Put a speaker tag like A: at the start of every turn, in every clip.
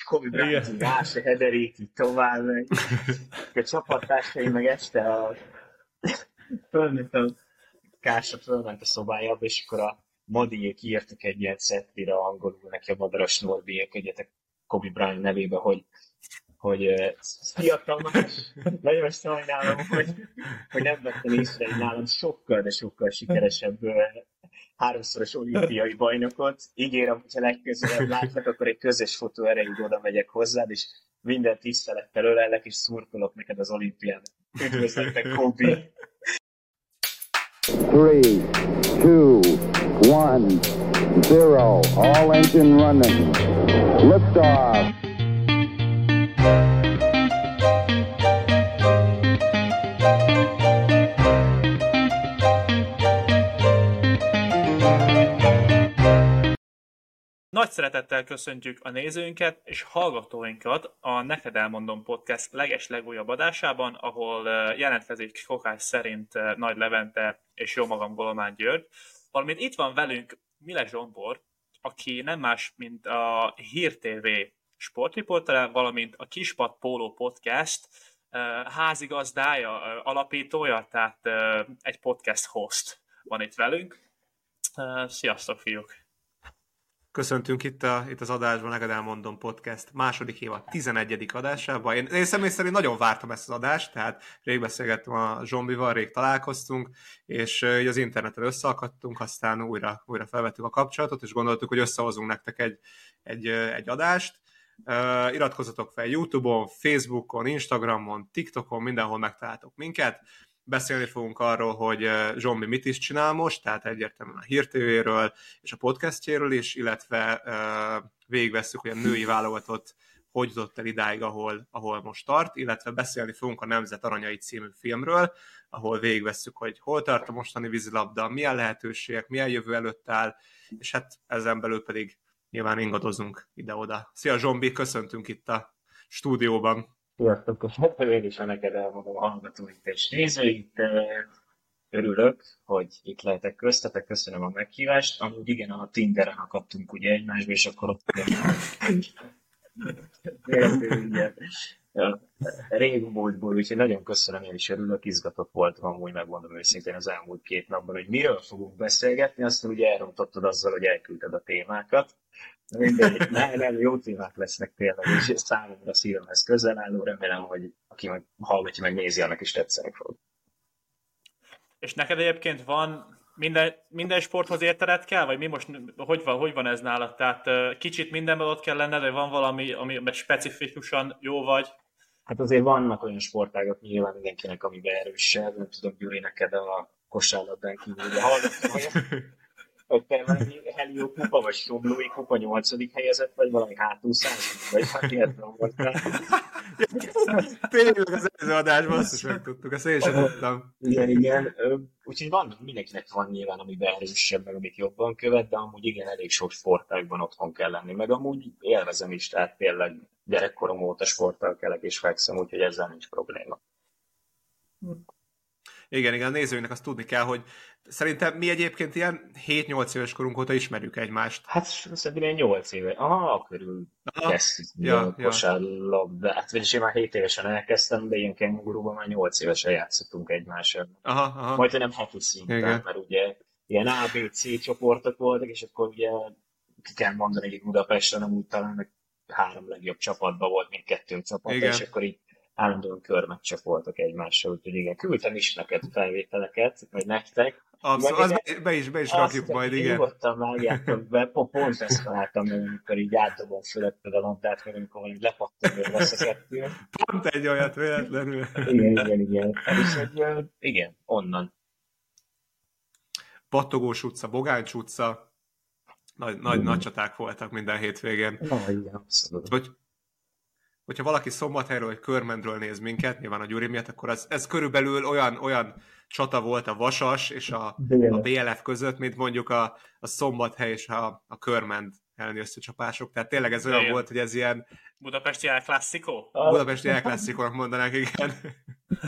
A: Kobe Bryant így rá se hederít, így tovább, meg a csapattársaim meg este fölment a Kásra fölment a szobájába, és akkor a Madiék írtak egy ilyen cettire angolul neki a Madaras Norbiék egyetek Kobe Bryant nevébe, hogy szia Tamás, nagyon sajnálom, hogy nem vettem észre egy nálam sokkal, de sokkal sikeresebb háromszoros olimpiai bajnokot. Ígérem, hogyha legközelebb látlak, akkor egy közös fotó erejéig oda megyek hozzád, és minden tisztelettel ölellek, és szurkolok neked az olimpián. Üdvözletek, Kobe!
B: 3, 2, 1, 0. All engine running. Liftoff.
C: Nagy szeretettel köszöntjük a nézőinket és hallgatóinkat a Neked Elmondom Podcast legújabb adásában, ahol jelentkezik szokás szerint Nagy Levente és jó magam Golomán György, valamint itt van velünk Mile Zsombor, aki nem más, mint a Hír TV sportriportere, valamint a Kispad Póló Podcast házigazdája, alapítója, tehát egy podcast host van itt velünk. Sziasztok, fiúk!
D: Köszöntünk itt az adásban, Neked Elmondom Podcast második évad 11. adásában. Én személy szerint nagyon vártam ezt az adást, tehát rég beszélgettem a Zsombival, rég találkoztunk, és az interneten összeakadtunk, aztán újra felvettük a kapcsolatot, és gondoltuk, hogy összehozunk nektek egy adást. Iratkozzatok fel YouTube-on, Facebookon, Instagramon, TikTokon, mindenhol megtaláltok minket. Beszélni fogunk arról, hogy Zsombi mit is csinál most, tehát egyértelműen a Hír TV-ről és a podcastjéről is, illetve végigvesszük, hogy a női válogatott hogy jutott el idáig, ahol most tart, illetve beszélni fogunk a Nemzet Aranyai című filmről, ahol végigvesszük, hogy hol tart a mostani vízilabda, milyen lehetőségek, milyen jövő előtt áll, és hát ezen belül pedig nyilván ingadozunk ide-oda. Szia Zsombi, köszöntünk itt a stúdióban.
A: Sziasztok, én is Neked Elmondom a hallgatóit és nézőit. Örülök, hogy itt lehetek köztetek, köszönöm a meghívást. Amúgy igen, a Tinderen akadtunk ugye egymásba, és akkor ott régmúltból, úgyhogy nagyon köszönöm, én is örülök, izgatott voltam amúgy, megmondom őszintén az elmúlt 2 napban, hogy miről fogunk beszélgetni, aztán ugye elrontottad azzal, hogy elküldted a témákat. Mindegy, nem, jó témák lesznek tényleg, és számomra szívemhez közel álló, remélem, hogy aki meg hallgatja, meg nézi, annak is tetszeni fog.
C: És neked egyébként van minden sporthoz értened kell, vagy mi most, hogy van ez nálad? Tehát kicsit mindenben ott kell lenned, vagy van valami, ami specifikusan jó vagy?
A: Hát azért vannak olyan sportágak nyilván mindenkinek, amiben erősebb, nem tudom, Gyuri, neked a kosárlabdán kívül, de hallgatom, hogy te valami Helió kupa, vagy Somlói kupa 8. helyezett, vagy valami hátúszás, vagy hát ilyetlen voltál.
D: Tényleg az előző adásban azt is megtudtuk, ezt én sem tudtam.
A: Igen. Úgyhogy mindenkinek van nyilván, amiben erősebb, meg amit jobban követ, de amúgy igen, elég sok sportágban otthon kell lenni, meg amúgy élvezem is, tehát tényleg gyerekkorom óta sporttal kelek és fekszem, úgyhogy ezzel nincs probléma.
D: Igen, a nézőinek azt tudni kell, hogy szerintem mi egyébként ilyen 7-8 éves korunk óta ismerjük egymást.
A: Hát szerintem ilyen 8 éve. Körül kezdtük a kosárlabdát. Vagyis én már 7 évesen elkezdtem, de ilyen kengurúban már 8 évesen játszottunk egymással. Majd nem heti szinten, mert ugye ilyen ABC csoportok voltak, és akkor ugye ki kell mondani, hogy Budapesten amúgy talán 3 legjobb csapatban volt mindkettőnk csapata, és akkor így állandóan körmeccsek voltak egymással, úgyhogy igen, küldtem is neked felvételeket, vagy nektek.
D: Abszolút, be is rakjuk majd, igen.
A: Nyugodtan vágjátok be, pont ezt találtam meg, amikor így átdobom fölötted a labdát, meg amikor valami lepattanul lesz a kettő.
D: Pont egy olyat véletlenül.
A: Igen. Igen, onnan.
D: Pattogós utca, Bogáncs utca, nagy csaták voltak minden hétvégén.
A: Igen, abszolút.
D: Hogyha valaki Szombathelyről vagy Körmendről néz minket, nyilván a Gyuri miatt, akkor ez körülbelül olyan csata volt a Vasas és a BLF között, mint mondjuk a Szombathely és a Körmend elleni összecsapások. Tehát tényleg ez olyan volt, hogy ez ilyen...
C: Budapesti El Clasico?
D: Budapesti El Clasico-nak mondanák, igen.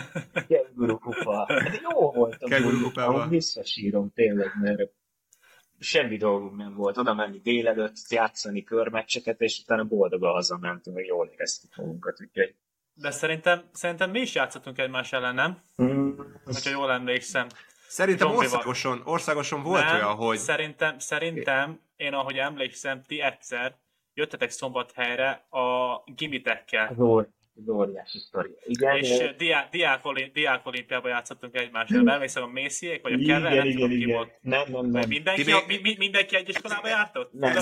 A: Kenguru kupa. Hát jó volt.
D: Kenguru kupában.
A: Visszasírom tényleg, mert semmi dolgunk nem volt. Oda menni délelőtt, játszani körmeccseket, és utána boldogan hazamentünk, meg jól éreztük magunkat, úgyhogy...
C: De szerintem mi is játszottunk egymás ellen, nem? Hogyha jól emlékszem.
D: Szerintem
C: Zombival.
D: országoson volt
C: Nem,
D: olyan, hogy...
C: Szerintem, én ahogy emlékszem, ti egyszer jöttetek Szombathelyre a gimitekkel.
A: Az óriási sztori. Igen,
C: És diák olimpiában játszottunk egymással. Emlékszem, a Mésziék, vagy a Keller, nem tudom ki volt.
A: Nem.
C: Mindenki egy iskolába jártott?
A: Nem.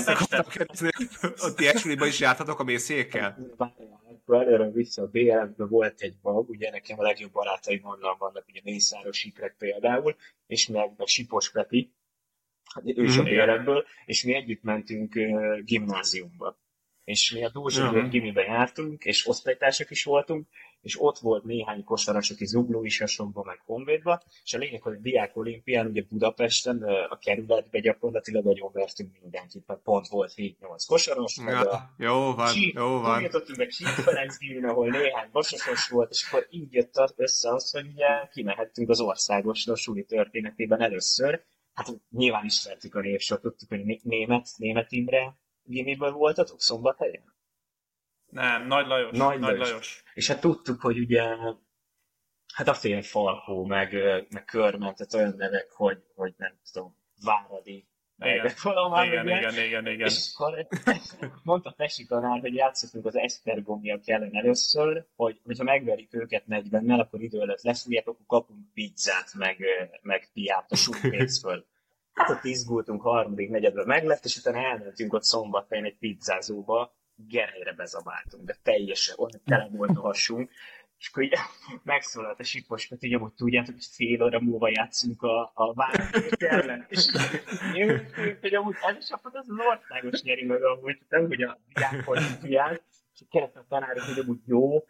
D: A ti esüliba is jártatok a Mészékkel?
A: Akkor előre vissza a BLF-ben volt egy mag, ugye nekem a legjobb barátaim onnan vannak, ugye Mészáros Ikrek például, és meg Sipos Peti, ő is a BLF-ből, és mi együtt mentünk gimnáziumba. És mi a Dózsa gimiben jártunk, és osztálytársak is voltunk, és ott volt néhány kosaras, aki Zugló is hasonlóban, meg Honvédban, és a lényeg, hogy a Diák Olimpián, ugye Budapesten, a kerületben gyakorlatilag nagyon vertünk mindenkit, mert pont volt 7-8 kosaros,
D: jó van.
A: Tudjátottunk meg Csík Ferenc gimin, ahol néhány vasasos volt, és akkor így jött össze az, hogy ugye kimehettünk az országosra a suli történetében először. Hát nyilván ismertük a névsort, tudtuk, hogy Német Imre gimiből voltatok Szombathelyen?
C: Nem, Nagy Lajos.
A: És hát tudtuk, hogy ugye hát a fél Falkó, meg Körment, tehát olyan nevek, hogy nem tudom, Váradi, meg
C: igen.
A: És akkor mondta Pesi tanár, hogy játszottunk az Esztergomiak ellen először, hogyha megverik őket 40-nel, akkor idő előtt lefújják, akkor kapunk pizzát, meg piát a súlypénzföl. Hát ott izgultunk, harmadik, negyedben meglett, és utána elmentünk ott Szombathelyen egy pizzázóba, Gerelyre bezabáltunk, de teljesen, ott tele volt a hasunk, és akkor így megszólalt a Sipos Peti, hogy amúgy tudjátok, hogy fél óra múlva játszunk a Városért ellen, és hogy amúgy ez a csapat az országos nyeri meg amúgy, nem, hogy a Diák Olimpián, és kérdezte a tanárok, hogy amúgy jó,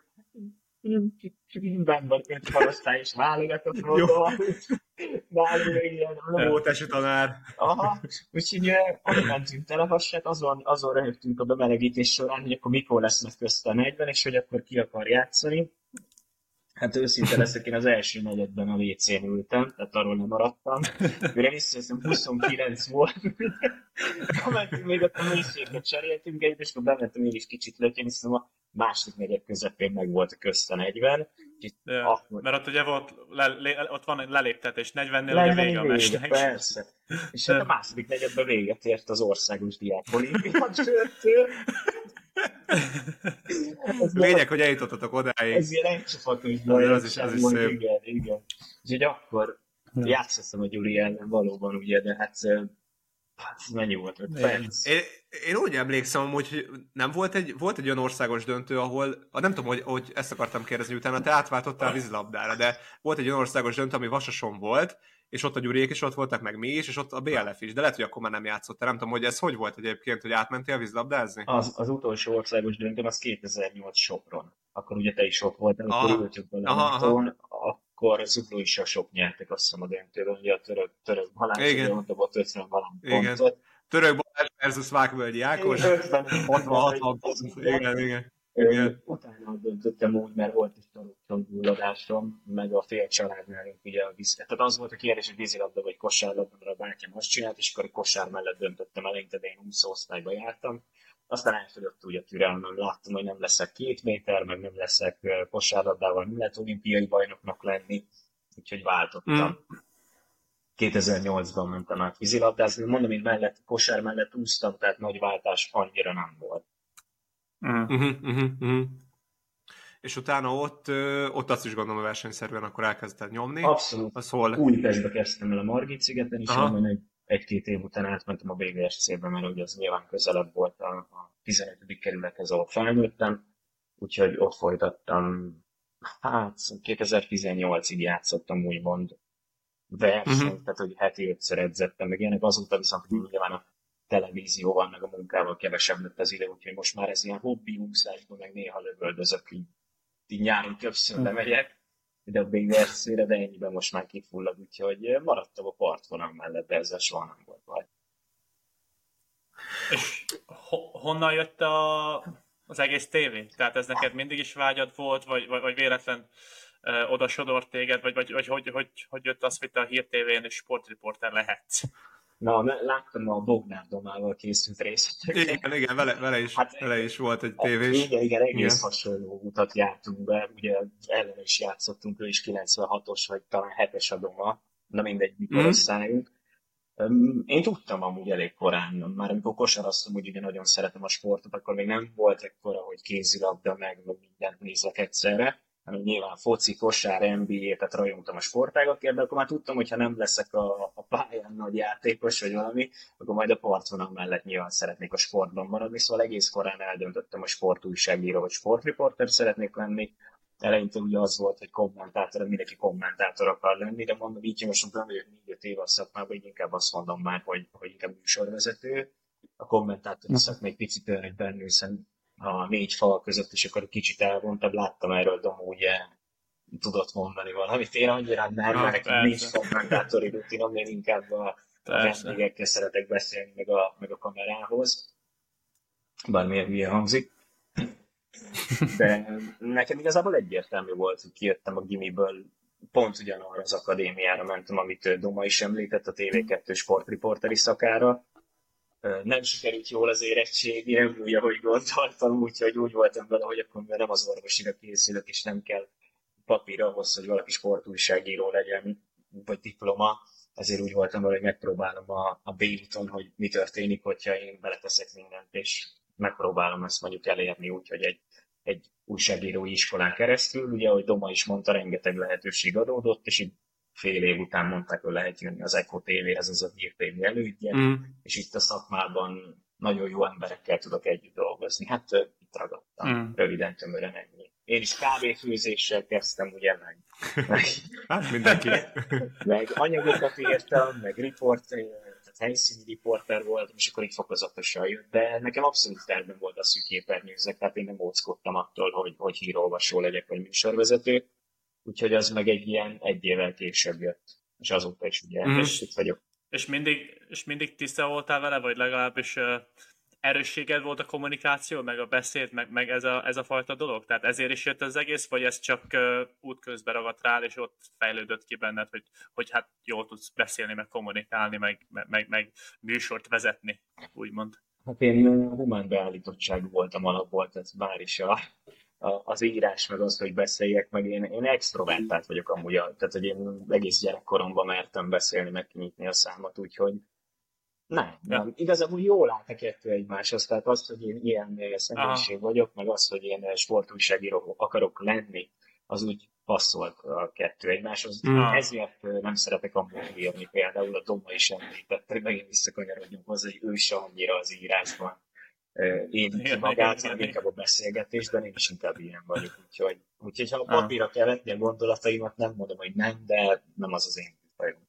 A: csak így benn van 5 harosztály, és válogatott volna.
D: Jó, tesi tanár.
A: Aha, úgyhogy oda mentünk telehassát, azon röhögtünk a bemelegítés során, hogy akkor mikor lesznek közt a 40, és hogy akkor ki akar játszani. Hát őszinte leszek, én az első negyedben a WC-n ültem, tehát arról nem maradtam. Mire visszajöttem, 29 volt. Bementünk még ott a mélységet cseréltünk egyet, és akkor bementem én is kicsit lökjön, hiszen a második negyed közepén meg volt a közt a 40.
C: Mert ott ugye volt, ott van egy leléptetés, 40-nél ugye vége a meccsnek.
A: Persze. És hát a második negyedben véget ért az országos Diák Olimpián.
D: Lényeg, hogy eljutottatok odáig.
A: Ez ilyen egycsapatos baj.
D: Az is szép.
A: Igen. Úgyhogy akkor játszottam a Gyuri ellen valóban, ugye, de hát mennyi volt 5 perc?
D: Én úgy emlékszem, hogy nem volt egy olyan országos döntő, ahol, nem tudom, hogy ezt akartam kérdezni, utána te átváltottál vízilabdára, de volt egy olyan országos döntő, ami Vasason volt, és ott a Gyuriék is ott voltak, meg mi is, és ott a BLF is, de lehet, hogy akkor már nem játszottál. Nem tudom, hogy ez hogy volt egyébként, hogy átmentél vízilabdázni?
A: Az utolsó országos döntőm az 2008 Sopron. Akkor ugye te is ott voltál, akkor ültük bele a akkor Zugló is a Sop nyertek, azt hiszem a döntőben, ugye a török Balázs, ugye ott dobott 50 valamit pontot.
D: Török Balázs versus Vágvölgyi Ákos.
A: 50 pontot.
D: Igen.
A: Utána döntöttem úgy, mert volt is tanulcsongyulladásom, meg a fél családnál ugye a víz. Tehát az volt a kérdés, hogy vízilabda vagy kosárlabda, mert a bátyám azt csinált, és akkor a kosár mellett döntöttem eleinte, de én 20 osztályba jártam. Aztán elfogyott úgy a türelmem, láttam, hogy nem leszek 2 méter, meg nem leszek kosárlabdával, nem lehet olimpiai bajnoknak lenni, úgyhogy váltottam. 2008-ban mentem át vízilabdázni, mondom, én kosár mellett úsztam, tehát nagy váltás annyira nem volt.
D: És utána ott azt is gondolom, a versenyszerűen akkor elkezdted nyomni.
A: Abszolút. Újpestbe kezdtem el a Margit-szigeten, és onnan egy-két év után átmentem a BGSC-be, mert ugye az nyilván közelebb volt a 15. kerülethez, ahol felnőttem, úgyhogy ott folytattam, 2018-ig játszottam úgymond versenyt, tehát hogy heti 5-szer edzettem, meg ilyenek, azóta viszont nyilván a televízióval, meg a munkával kevesebb lett az idő, úgyhogy most már ez ilyen hobbi úszásban, meg néha lövöldözök, így nyáron többször lemegyek, de a BGSC-re, de ennyiben most már kifullad, úgyhogy maradtam a partvonal mellett, de ezzel soha nem volt baj.
C: És honnan jött az egész tévé? Tehát ez neked mindig is vágyad volt, vagy véletlen oda sodort téged, vagy hogy jött az, hogy te a Hír TV-n és sportriporter lehetsz?
A: Na, láttam a Bognár Domával készült részleteket.
D: Igen,
A: Hát
D: vele is volt egy tévés.
A: igen, egész
D: Igen.
A: hasonló utat jártunk be, ugye ellen is játszottunk, ő is 96-os, vagy talán 7-es a Doma, na mindegy, mikor
D: Mm.
A: osztályunk. Én tudtam amúgy elég korán, már amikor kosaraztam, úgy ugye nagyon szeretem a sportot, akkor még nem volt ekkora, hogy kézilabda, meg mindent nézek egyszerre, hanem nyilván foci, kosár, NBA, tehát rajongtam a sportágakért, de akkor már tudtam, hogy ha nem leszek a pályán nagy játékos, vagy valami, akkor majd a partvonal mellett nyilván szeretnék a sportban maradni, szóval egész korán eldöntöttem, hogy sportújságíró vagy sportriporter szeretnék lenni. Eleinte ugye az volt, hogy kommentátor, mindenki kommentátor akar lenni, de mondom, így most nem vagyok 4-5 éve a szakmában, így inkább azt mondom már, hogy inkább műsorvezető. A kommentátori szak még picit olyan, hogy bennül, hiszen a 4 fal között, és akkor kicsit elvontabb, láttam erről, Dom ugye tudott mondani valamit. Én annyira nem, mert nincs kommentátori rutinom, én inkább a vendégekkel szeretek beszélni, meg a kamerához. Bármilyen hülye hangzik. De nekem igazából egyértelmű volt, hogy kijöttem a gimiből, pont ugyanarra az akadémiára mentem, amit Doma is említett, a TV2 sportriporteri szakára. Nem sikerült jól az érettségi, nem úgy, ahogy gondoltam, úgyhogy úgy voltam vele, hogy akkor nem az orvosira készülök, és nem kell papír ahhoz, hogy valaki sportújságíró legyen, vagy diploma. Ezért úgy voltam vele, hogy megpróbálom a B-úton, hogy mi történik, hogyha én beleteszek mindent, és megpróbálom ezt mondjuk elérni úgy, hogy egy újságírói iskolán keresztül, ugye, ahogy Doma is mondta, rengeteg lehetőség adódott, és így fél év után mondták, hogy lehet jönni az Echo TV-hez, az a Hír TV elődje, és itt a szakmában nagyon jó emberekkel tudok együtt dolgozni. Hát itt ragadtam, röviden, tömören ennyi. Én is kávéfőzéssel kezdtem, ugye, meg
D: Hát mindenki.
A: meg anyagokat írtam, meg tehát helyszíni riporter voltam, és akkor így fokozatosan jött. De nekem abszolút tervben volt az, hogy képernyőzzek, tehát én nem óckodtam attól, hogy hírolvasó legyek, vagy műsorvezető. Úgyhogy az meg egy évvel később jött. És azóta is ugye itt vagyok.
C: És mindig tiszta voltál vele, vagy legalábbis erősséged volt a kommunikáció, meg a beszéd, meg ez a fajta dolog? Tehát ezért is jött az egész, vagy ez csak útközben ragadt rá, és ott fejlődött ki benned, hogy hát jól tudsz beszélni, meg kommunikálni, meg műsort vezetni, úgymond?
A: Hát én humán beállítottságú voltam alapból, tehát bár is az írás, meg az, hogy beszéljek, meg én extrovertált vagyok amúgy, tehát hogy én egész gyerekkoromban mertem beszélni, meg kinyitni a számot, úgyhogy nem. Igazából jól áll a kettő egymáshoz, tehát az, hogy én ilyen személyiség vagyok, meg az, hogy én sportújságíró akarok lenni, az úgy passzolt a kettő egymáshoz. Ezért nem szeretek amúgy írni, például a Doma is említett, hogy megint visszakanyarodjunk hozzá, hogy ő se annyira az írásban én ki magát, hanem inkább a beszélgetésben, én is inkább ilyen vagyok. Úgyhogy ha a papírra kell vetni a gondolataimat, nem mondom, hogy nem, de nem az az én fajom.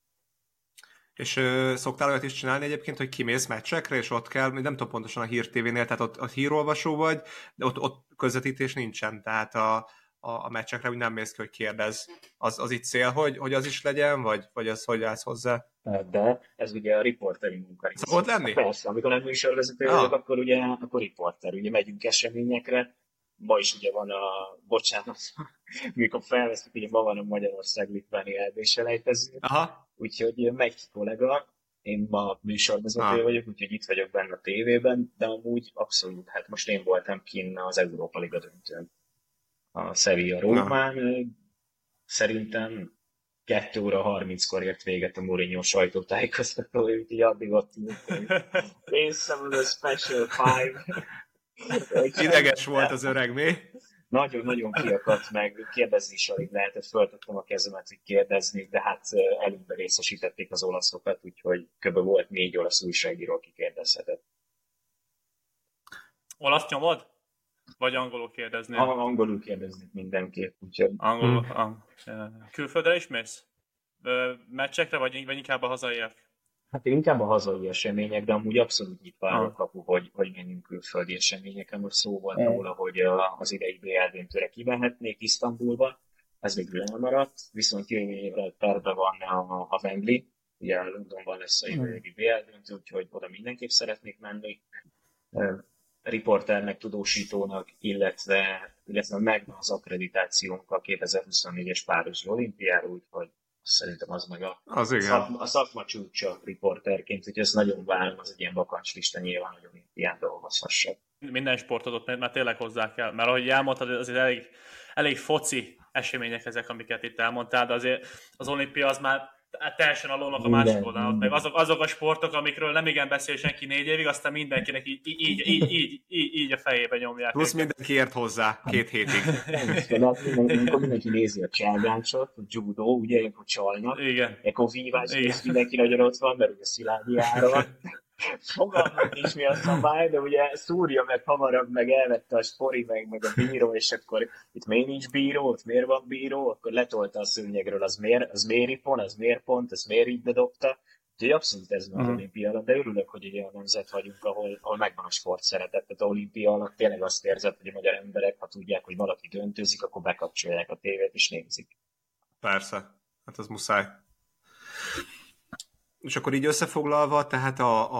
D: És szoktál olyat is csinálni egyébként, hogy kimész meccsekre, és ott kell, nem tudom pontosan a Hír TV-nél, tehát ott a hírolvasó vagy, de ott közvetítés nincsen, tehát a meccsekre úgy nem mész ki, hogy kérdez. Az itt cél, hogy az is legyen, vagy az hogy állsz hozzá?
A: De ez ugye a riporteri munka.
D: Ott lenni?
A: Persze, amikor nem műsorvezető vagyok, akkor riporter. Ugye megyünk eseményekre, ma is ugye van bocsánat, mikor felveszünk, ugye ma van a Magyarország-Litvánia EB-selejtező, úgyhogy megy kollega, én ma műsorvezető vagyok, úgyhogy itt vagyok benne a tévében, de amúgy abszolút, hát most én voltam kinn az Európa Liga döntőn. A Sevilla Rómán, szerintem 2 óra 30-kor ért véget a Mourinho sajtótájékoztató, úgyhogy így addig ott részemül a Special Five.
D: Ideges volt az öreg, mi?
A: Nagyon-nagyon kiakadt meg, kérdezni is alig lehetett, föltettem a kezemet, hogy kérdezni, de hát előbb részesítették az olaszokat, úgyhogy kb. Volt 4 olasz újságíró, aki kérdezhetett.
C: Olasz nyomod? Vagy angolul kérdezni?
A: Angolul kérdeznék mindenképp, úgyhogy...
C: Angolul. Külföldre is mész? Meccsekre, vagy inkább a hazaiak?
A: Hát inkább a hazai események, de amúgy abszolút nyitva áll a kapu, hogy menjünk külföldi eseményekre. Most szó volt róla, hogy az idei BL döntőre kimehetnék Isztambulba, ez végül elmaradt, viszont jövő évre terve van a Wembley, ugye Londonban lesz a jövő évi BL döntő, úgyhogy oda mindenképp szeretnék menni. Riporternek, tudósítónak, illetve megvan az akkreditációnk a 2024-es Párizsi olimpiára, úgyhogy Szerintem az meg
D: Az igen.
A: a szakma csúcsa riporterként, hogy ezt nagyon várom, az egy ilyen vakancslista nyilván, hogy olimpián dolgozhassak.
C: Minden sportot már tényleg hozzá kell, mert ahogy elmondtad, azért elég foci események ezek, amiket itt elmondtál, de azért az olimpia az már teljesen a lónak a másik oldalon, meg azok a sportok, amikről nem igen beszél senki 4 évig, aztán mindenkinek így a fejébe nyomják.
D: Plusz mindenki ért hozzá 2 hétig.
A: Amikor mindenki nézi a cselgánsot, a judó, ugye, ilyenkor csalnak, ekkor vívás, és mindenki nagyon ott van, mert ugye Szilágyi Áron. Fogalmam nincs mi a szabály, de ugye szúrja meg hamarabb, meg elvette a spori, meg a bíró, és akkor itt miért nincs bíró, ott miért van bíró, akkor letolta a szőnyegről, az miért ipon, az miért pont, az miért így bedobta. Úgyhogy abszolút ez van az olimpia alatt, de örülök, hogy egy olyan nemzet vagyunk, ahol megvan a sport szeretet. Tehát az olimpia alatt tényleg azt érzed, hogy a magyar emberek, ha tudják, hogy valaki döntőzik, akkor bekapcsolják a tévét és nézik.
D: Persze, hát az muszáj. És akkor így összefoglalva, tehát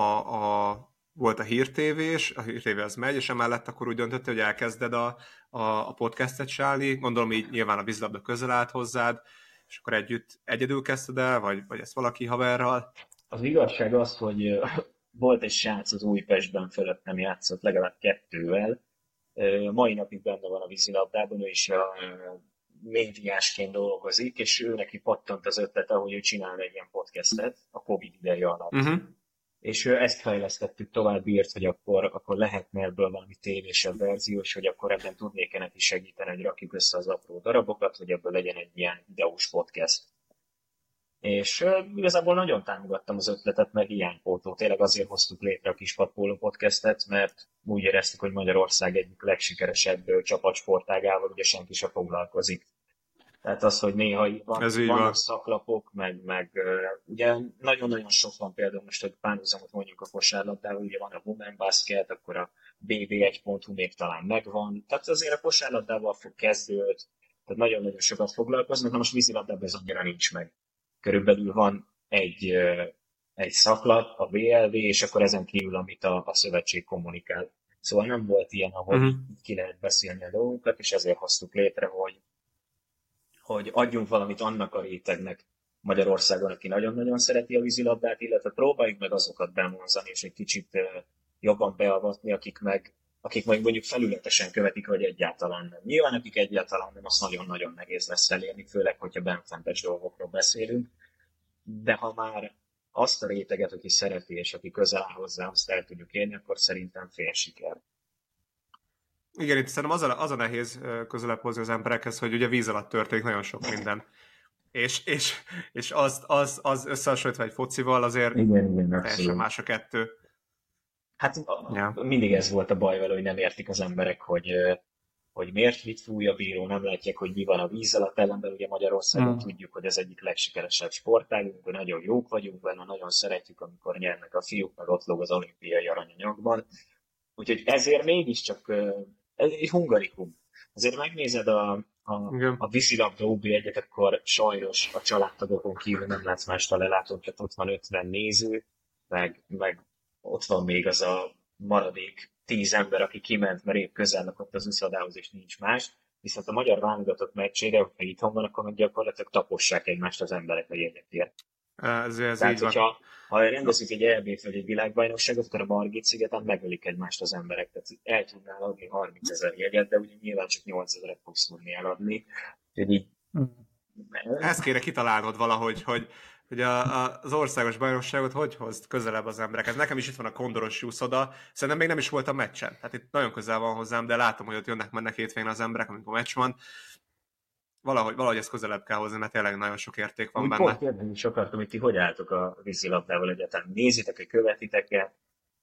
D: volt a hírtévés, a hírtévé az megy, és emellett akkor úgy döntöttél, hogy elkezded a podcastet csinálni, gondolom így nyilván a vízilabda közel állt hozzád, és akkor egyedül kezdted el, vagy ezt valaki haverral?
A: Az igazság az, hogy volt egy srác az Újpestben, fölöttem játszott legalább 2-vel, mai napig benne van a vízilabdában, ő is a médiásként dolgozik, és ő neki pattant az ötlete, hogy ő csinál egy ilyen podcastet a Covid ideje alatt. És ezt fejlesztettük tovább, írt, hogy akkor lehetne ebből valami tévésebb verziós, hogy akkor ebben tudnék neki segíteni, hogy rakjuk össze az apró darabokat, hogy ebből legyen egy ilyen videós podcast. És igazából nagyon támogattam az ötletet, mert hiánypótló. Tényleg azért hoztuk létre a Kispadpóló podcastet, mert úgy éreztük, hogy Magyarország egyik legsikeresebb csapatsportágával ugye senki sem foglalkozik. Tehát az, hogy néha így vannak szaklapok, meg ugye nagyon-nagyon sok van, például most, hogy párhuzamot mondjuk a kosárlabdával, ugye van a Women Basket, akkor a bb1.hu még talán megvan. Tehát azért a kosárlabdával kezdődött, tehát nagyon-nagyon sokat foglalkoznak, na most vízilabdában ez annyira nincs meg. Körülbelül van egy szaklap, a VLV, és akkor ezen kívül, amit a szövetség kommunikál. Szóval nem volt ilyen, ahol ki lehet beszélni a dolgokat, és ezért hoztuk létre, hogy adjunk valamit annak a rétegnek Magyarországon, aki nagyon-nagyon szereti a vízilabdát, illetve próbáljuk meg azokat bevonzani, és egy kicsit jobban beavatni, akik meg mondjuk felületesen követik, vagy egyáltalán nem. Nyilván, akik egyáltalán nem, azt nagyon-nagyon nehéz lesz elérni, főleg, hogyha benfentes dolgokról beszélünk. De ha már azt a réteget, aki szereti, és aki közel áll hozzá, azt el tudjuk érni, akkor szerintem fél siker.
D: Igen, itt szerintem az a nehéz közelebb hozni az emberekhez, hogy ugye víz alatt történik nagyon sok minden. És az összehasonlítva egy focival azért teljesen más a kettő.
A: Hát mindig ez volt a baj vele, hogy nem értik az emberek, hogy miért mit fúj a bíró, nem látják, hogy mi van a víz alatt, ellenben ugye Magyarországon tudjuk, hogy ez egyik legsikeresebb sportágunk, hogy nagyon jók vagyunk benne, nagyon szeretjük, amikor nyernek a fiúk, meg ott lóg az olimpiai aranyanyagban. Úgyhogy ezért mégiscsak ez egy hungarikum. Azért megnézed a vízilabda UB1-et, akkor sajnos a családtagokon kívül nem látsz mást a lelátón, tehát ott van 50 néző, meg ott van még az a maradék 10 ember, aki kiment, mert épp közel lakott az uszadához, és nincs más. Viszont a magyar válogatott meccsére, hogyha itthon van, akkor meg gyakorlatilag tapossák egymást az emberek a jegyekért. Tehát, hogyha rendezzük egy EB-t vagy egy világbajnokságot, akkor a Margit-szigeten megölik egymást az emberek. Tehát el tudnál adni 30 000 jegyet, de ugye nyilván csak 8 000-et fogsz tudni eladni. Így...
D: Ezt kéne kitalálnod valahogy, hogy az országos bajnokságot hogy hozd közelebb az embereket. Nekem is itt van a Kondoros úszoda, szerintem még nem is volt a meccsen. Tehát itt nagyon közel van hozzám, de látom, hogy ott jönnek-mennek hétvégén az emberek, amikor meccs van. Valahogy ezt közelebb kell hozni, mert tényleg nagyon sok érték van benne.
A: Pont kérdezni is akartam, hogy ti hogy álltok a vízilabdával egyáltalán. Nézitek-e, követitek-e?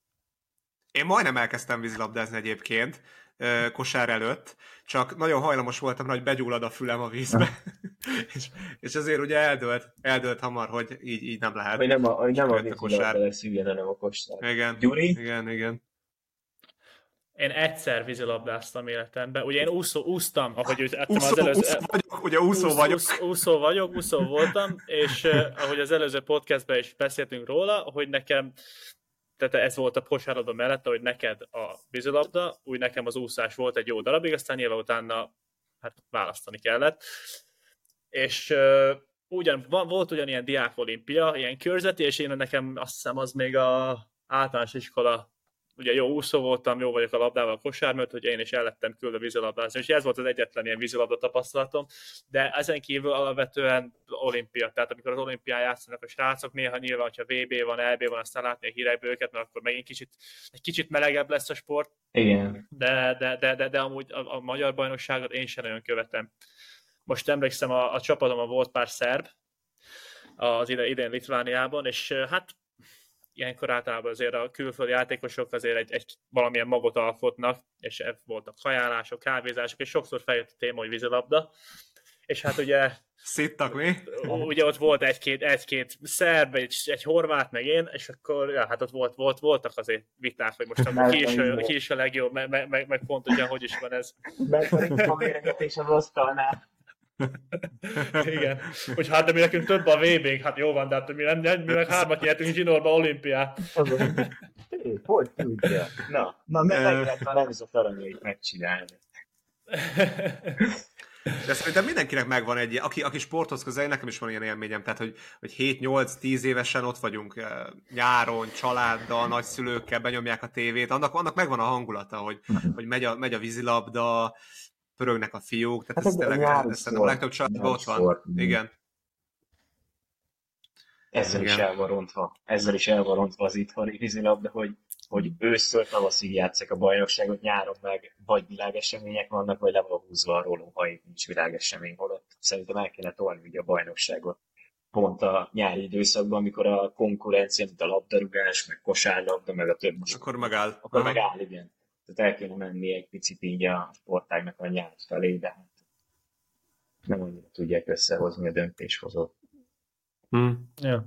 D: Én majdnem elkezdtem vízilabdázni egyébként, kosár előtt, csak nagyon hajlamos voltam, hogy begyullad a fülem a vízbe, és azért ugye eldőlt hamar, hogy így nem lehet.
A: Hogy nem a vízilabda lesz hülye, hanem a kosár.
D: Igen.
A: Gyuri?
D: Igen.
C: Én egyszer vízilabdáztam életemben. Ugye én úsztam, ahogy úszó voltam, és ahogy az előző podcastben is beszéltünk róla, hogy nekem, tehát ez volt a kosárlabda mellett, hogy neked a vízilabda, úgy nekem az úszás volt egy jó darabig, aztán nyilván utána választani kellett. És volt ugyanilyen diákolimpia, ilyen körzeti, és én nekem azt hiszem az még a általános iskola, ugye jó úszó voltam, jó vagyok a labdával, a kosár mellett, hogy én is el lettem küldve vízilabdázni, és ez volt az egyetlen ilyen vízilabda tapasztalatom, de ezen kívül alapvetően olimpia, tehát amikor az olimpián játszanak a srácok, néha nyilván, hogyha VB van, LB van, aztán látni a hírekből őket, mert akkor megint egy kicsit melegebb lesz a sport,
A: Igen.
C: de amúgy a magyar bajnokságot én sem nagyon követem. Most emlékszem, a csapatomban volt pár szerb az idén Litvániában, és hát ilyenkor általában azért a külföldi játékosok azért egy valamilyen magot alkotnak, és voltak kajálások, kávézások, és sokszor feljött a téma, hogy vízilabda. És hát ugye...
D: Szittak mi?
C: Ugye ott volt egy-két szerb, egy horvát, meg én, és akkor ja, hát ott voltak azért viták, hogy most akkor ki is a legjobb, meg pont ugye, hogy is van ez.
A: Megszorít a méregetés az asztalnál.
C: Igen. Hogy hát de mi nekünk több a VB-nk, hát jó van, de hát mi meg 3-at nyertünk zsinórba olimpiát.
A: Hogy tudja? Na meg lehet a nemzet aranyait megcsinálni.
D: De szerintem mindenkinek megvan egy, aki sporthoz közel, nekem is van ilyen élményem, tehát hogy 7-8-10 évesen ott vagyunk nyáron, családdal, nagyszülőkkel, benyomják a tévét, annak megvan a hangulata, hogy megy a vízilabda, pörögnek a fiúk, tehát ez tényleg a legtöbb családban ott van. Igen.
A: Ezzel is el van rontva az itthoni vízilabda, hogy ősztől tavaszig játszák a bajnokságot, nyáron meg vagy világesemények vannak, vagy le van húzva a róló, ha itt nincs világesemény, holott szerintem el kéne tolni ugye a bajnokságot. Pont a nyári időszakban, amikor a konkurencia, mint a labdarúgás, meg kosárlabda, meg a több.
D: Akkor megáll.
A: Akkor megáll, igen. Tehát el kéne menni egy picit így a sportágnak a nyár felé, de hát nem annyira tudják összehozni a döntéshozót.
C: Ja.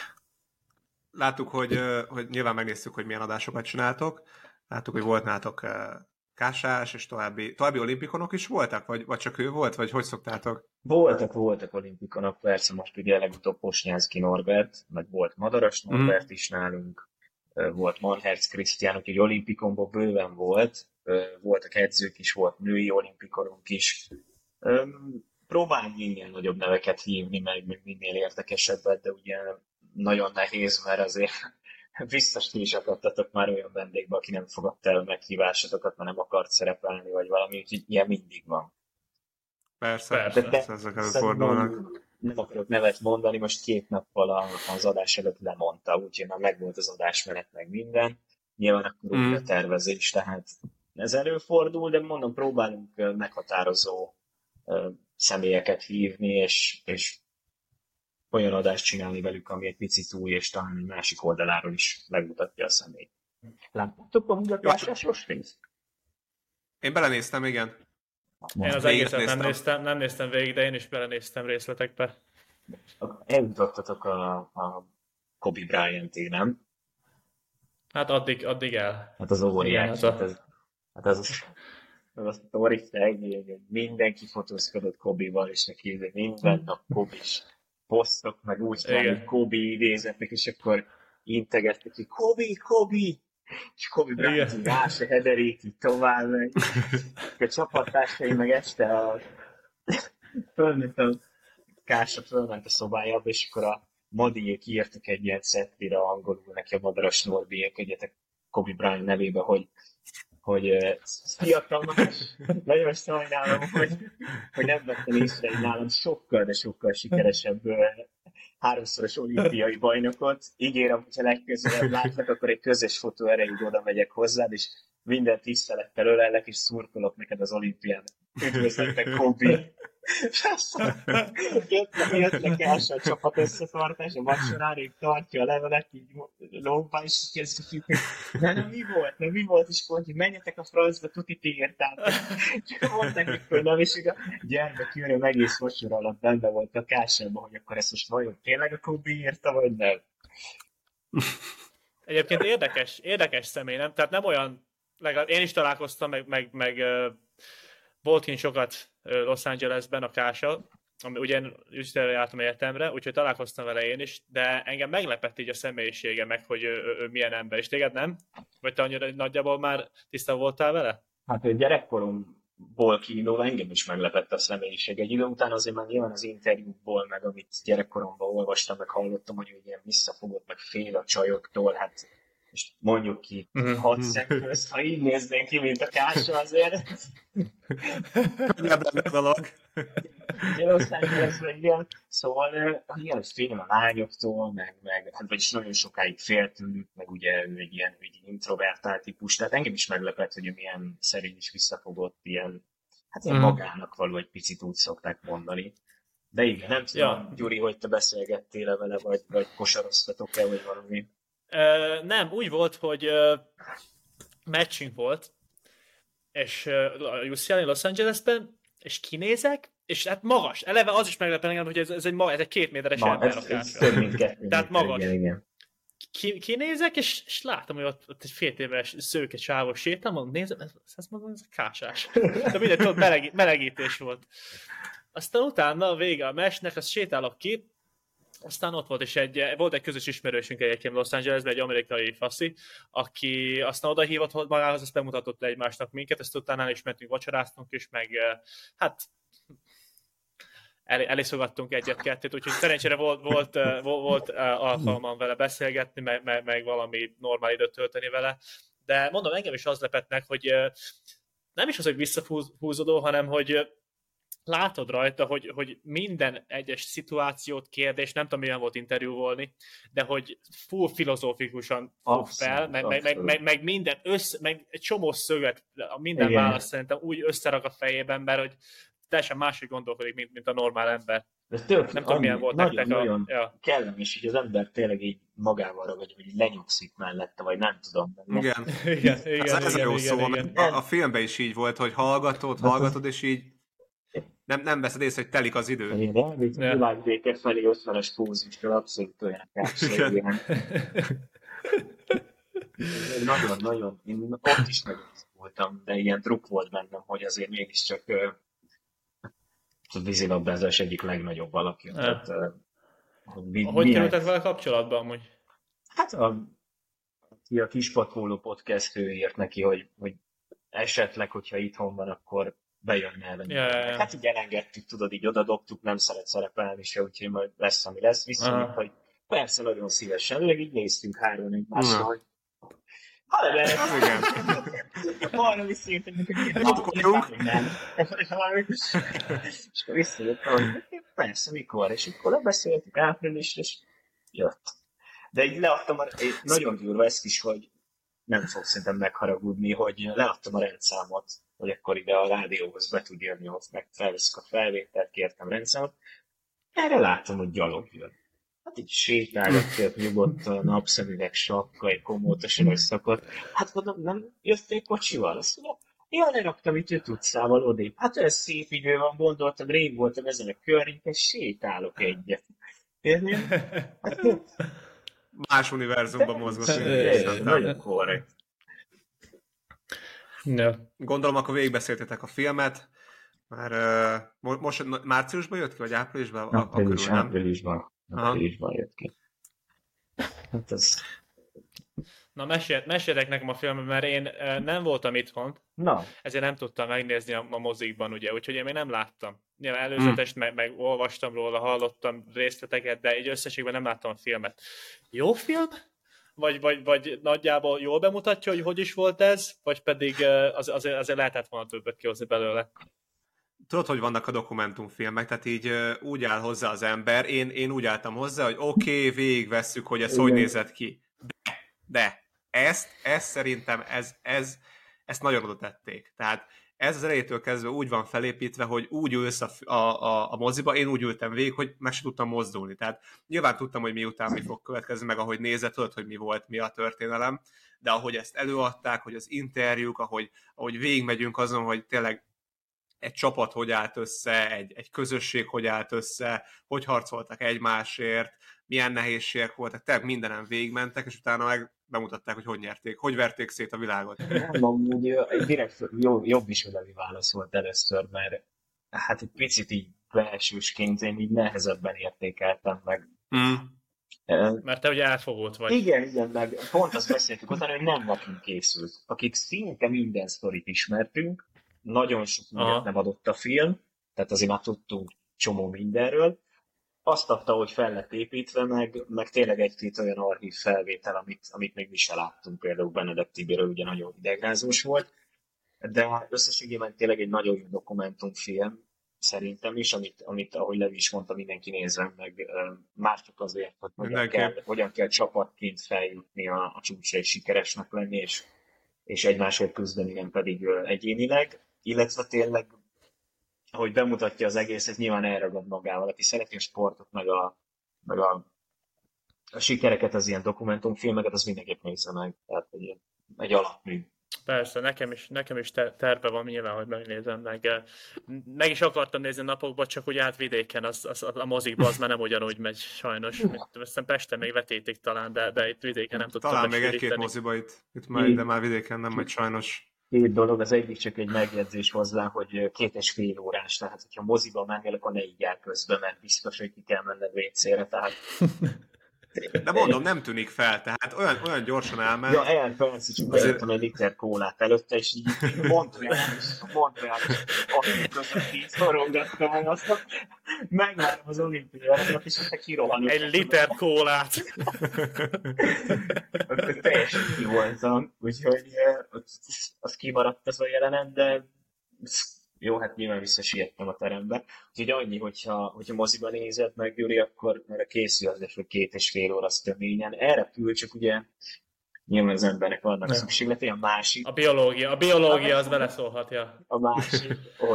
D: Láttuk, hogy nyilván megnéztük, hogy milyen adásokat csináltok. Láttuk, hogy volt nálatok Kásás, és további olimpikonok is voltak? Vagy csak ő volt? Vagy hogy szoktátok?
A: Voltak olimpikonok, persze most ugye legutóbb Posnyánszky Norbert, meg volt Madaras Norbert is nálunk, volt Manherz Krisztián, úgyhogy olimpikonból bőven volt. Voltak edzők is, volt női olimpikonok is. Próbálunk minél nagyobb neveket hívni, meg minél érdekesebbet, de ugye nagyon nehéz, mert azért biztos ti is akadtatok már olyan vendégbe, aki nem fogadta el meghívásotokat, mert nem akart szerepelni, vagy valami, úgyhogy ilyen mindig van.
D: Persze. Ezek előfordulnak.
A: Nem akarok nevet mondani, most 2 nappal az adás előtt lemondta, úgyhogy már megvolt az adásmenet, meg minden. Nyilván akkor újra tervezés, tehát ez előfordul, de mondom, próbálunk meghatározó személyeket hívni, és olyan adást csinálni velük, ami egy picit új, és talán egy másik oldaláról is megmutatja a személyt. Láttátok a munkatársas részt?
D: Én belenéztem, igen.
C: Én az egészet nem néztem végig, de én is belenéztem részletekbe.
A: Eljutottatok a Kobe Bryant-ig, nem?
C: Hát addig el.
A: Hát az óriás. Hát az a sztori hogy mindenki fotózkodott Kobe-val, és neki minden nap Kobe-s posztok, meg úgy van, Kobe idézettek, és akkor integettek, hogy Kobe! És Kobe Bryant rá se hederít, így tovább. A csapattársaim meg este fölment a Kása fölment a szobájába, és akkor a Madiék írtak egy ilyen szettire angolul neki a Madaras Norbiék, egyetek Kobe Bryant nevébe, hogy fiatalnak, nagyon sajnálom, hogy nem vettem észre egy nálam sokkal, de sokkal sikeresebb 3-szoros olimpiai bajnokot. Ígérem, hogyha legközelebb látlak, akkor egy közös fotó erejéig oda megyek hozzád, és minden tisztelettel ölellek, és szurkolok neked az olimpián. Üdvözletek, Kobe! Jöttek első a csapat összetartás, a vacsorárig tartja a levelet, így lóba, és kezdjük, hogy mi volt, és mondja, hogy menjetek a francba, tuti ti írtátok. Csak mondták, hogy nem, és a gyermek jönő egész vacsora alatt benne volt a Kásában, hogy akkor ezt most vajon tényleg a Kobe írta, vagy nem?
C: Egyébként érdekes személy, nem? Tehát nem olyan, legalább én is találkoztam, meg volt kint sokat Los Angelesben a Kása, ami ugye Üszterre jártam egyetemre, úgyhogy találkoztam vele én is, de engem meglepett így a személyisége, meg hogy ő milyen ember. És téged nem? Vagy te annyira nagyjából már tisztán voltál vele?
A: Hát gyerekkorom ból kiindulva engem is meglepett a személyiség. Egy idő után azért már nyilván az interjúkból, meg amit gyerekkoromban olvastam, meg hallottam, hogy ilyen visszafogott, meg fél a csajoktól, hát és mondjuk ki 6 szem közt, ha így néznénk ki, mint a Kása azért.
D: Könnyebb lenne a dolog.
A: Los Angelesben, igen. Szóval ilyen félem a lányoktól, meg hát vagyis nagyon sokáig fél tőlük, meg ugye ő egy ilyen introvertált típus, tehát engem is meglepett, hogy milyen szerény is visszafogott, ilyen, hát ilyen magának való, egy picit úgy szokták mondani. De igen, nem tudom, Gyuri, hogy te beszélgettél vele, vagy kosaroztatok-e, vagy valami?
C: Nem, úgy volt, hogy matching volt, és a UCLA Los Angelesben, és kinézek, és hát magas. Eleve az is meglepő engem, hogy ez egy 2 méteres ember rakásra.
A: Több mint 2
C: Tehát magas.
A: Igen.
C: Kinézek, és látom, hogy ott egy fél éves szőke csávos sétál, mondom, nézem, ez a Kásás. De mindegy, ott melegítés volt. Aztán utána a vége a meccsnek, azt sétálok ki, aztán ott volt, és volt egy közös ismerősünk egyébként Los Angelesben, egy amerikai faszi, aki aztán odahívott magához, azt bemutatott le egymásnak minket, ezt utána is mentünk, vacsoráztunk, és meg hát elészogattunk egyet-kettőt, úgyhogy szerencsére volt alkalmam vele beszélgetni, meg valami normál időt tölteni vele, de mondom, engem is az lepett meg, hogy nem is az, hogy visszahúzódó, hanem hogy látod rajta, hogy minden egyes szituációt, kérdés, nem tudom, milyen volt interjúvolni, de hogy full filozófikusan fog fel, meg minden meg egy csomó szöget, minden válasz szerintem úgy összerak a fejében, mert hogy teljesen máshogy gondolkodik, mint a normál ember.
A: Nem tudom, milyen volt nektek nagyon kellemes, hogy az ember tényleg így magával ragad, vagy lenyugszik mellette, vagy nem tudom.
D: Igen. Ez a jó szó. A filmben is így volt, hogy hallgatod, és így nem veszed észre, hogy telik az idő.
A: Igen, világbéke felé 50-es pózisról abszolút olyan kárság. Nagyon, én ott is nagyon voltam, de ilyen trukk volt bennem, hogy azért mégiscsak a vízilabdázás egyik legnagyobb alakja.
C: Hogy kerültek vele kapcsolatban amúgy?
A: Hát a Kispatoló podcast írt neki, hogy esetleg, hogyha itthon van, akkor bejönne el. Hát így elengedtük, tudod, így odadobtuk, nem szeret szerepelni se, úgyhogy majd lesz, ami lesz. Viszont, hogy persze nagyon szívesen, így néztünk 3 egymással, hogy
D: az igen.
A: Valami szinten, nem. És akkor visszajöttem, hogy persze, mikor, és akkor lebeszéltük április, és jött. De így leadtam, nagyon durva ezt is, hogy nem fog szerintem megharagudni, hogy leadtam a rendszámot, hogy akkor ide a rádióhoz be tud jönni, hogy meg felveszik a felvételt, kértem rendszámot. Erre látom, hogy gyalog jön. Hát így sétálgatják nyugodtan, napszemüveg, sapka, egy komótosan összakott. Hát mondom, nem jöttél kocsival? Azt mondja, ja, leraktam itt 5 utcával odébb. Hát ez szép idő van, gondoltam, rég voltam ezen a környéken, sétálok egyet. Érni?
D: Más univerzumban mozgott.
A: Nagyon korrekt.
D: Gondolom, akkor végigbeszéltétek a filmet. Már most márciusban jött ki, vagy áprilisban?
A: Áprilisban jött ki. Hát ez...
C: Na, meséljetek nekem a filmet, mert én nem voltam itthon, ezért nem tudtam megnézni a mozikban, ugye, úgyhogy én még nem láttam. Nyilván előzetest meg olvastam róla, hallottam részleteket, de egy összességben nem láttam a filmet. Jó film? Vagy nagyjából jól bemutatja, hogy is volt ez? Vagy pedig azért lehetett volna többet kihozni belőle?
D: Tudod, hogy vannak a dokumentumfilmek, tehát így úgy áll hozzá az ember, én úgy álltam hozzá, hogy oké, végigvesszük, hogy ez hogy nézett ki. De ezt szerintem ezt nagyon oda tették. Tehát ez az elejétől kezdve úgy van felépítve, hogy úgy ülsz a moziba, én úgy ültem végig, hogy meg sem tudtam mozdulni. Tehát nyilván tudtam, hogy miután mi fog következni, meg ahogy nézett, tudod, hogy mi volt, mi a történelem, de ahogy ezt előadták, hogy az interjúk, ahogy végigmegyünk azon, hogy tényleg egy csapat hogy állt össze, egy közösség hogy állt össze, hogy harcoltak egymásért, milyen nehézségek voltak, tehát mindenen végigmentek, és utána meg bemutatták, hogy nyerték, hogy verték szét a világot.
A: Nem, amúgy direkt jobb ismereli válasz volt először, mert hát egy picit így belsősként én így nehezebben értékeltem meg.
C: Mert te ugye elfogult vagy.
A: Igen, meg pont azt beszéltük utána, hogy nem nekünk készült. Akik szinte minden sztorit ismertünk, nagyon sok mindent nem adott a film, tehát azért már tudtunk csomó mindenről. Azt adta, hogy fel lett építve, meg tényleg egy-két olyan archív felvétel, amit még mi se láttunk, például Benedek Tibiről ugye nagyon idegrázós volt, de összességében tényleg egy nagyon jó dokumentumfilm, szerintem is, amit ahogy Levi is mondta, mindenki nézzen meg, már csak azért, hogy hogyan kell csapatként feljutni a csúcsra és sikeresnek lenni, és egymásért küzdeni, nem pedig egyénileg, illetve tényleg, ahogy bemutatja az egészet, nyilván elragad magával, aki szereti a sportot, meg a sikereket, az ilyen dokumentumfilmeket, az mindenképp nézze meg, tehát egy alapmű.
C: Persze, nekem is terve van nyilván, hogy megnézem meg is akartam nézni napokban, csak ugye vidéken, a mozikban az már nem ugyanúgy megy sajnos. Aztán Pesten még vetítik talán, de itt vidéken nem tudtam
D: talán még egy-két moziba itt megy, de már vidéken nem megy sajnos.
A: Két dolog, az egyik csak egy megjegyzés hozzá, hogy 2,5 órás, tehát hogyha moziba mennél, akkor ne így el közben, mert biztos, hogy ki kell menned WC-re, tehát...
D: De mondom, nem tűnik fel, tehát olyan gyorsan elment.
A: Ja, persze, csak bejöttem egy liter kólát előtte, és így Montrealis, akik között így szorongattam meg azt, megvárom az olimpiára, és akkor kirohanok.
C: Egy liter kólát!
A: Akkor teljesen ki voltam, úgyhogy az kimaradt ez a jelenet, de jó, hát nyilván visszasiettem a terembe. Úgyhogy annyi, hogyha moziban nézed meg, Gyuri, akkor erre készül az, hogy 2,5 óra az töményen. Elrepül, csak ugye nyilván az embernek vannak szükségletei. A másik...
C: A biológia az beleszólhatja.
A: A másik,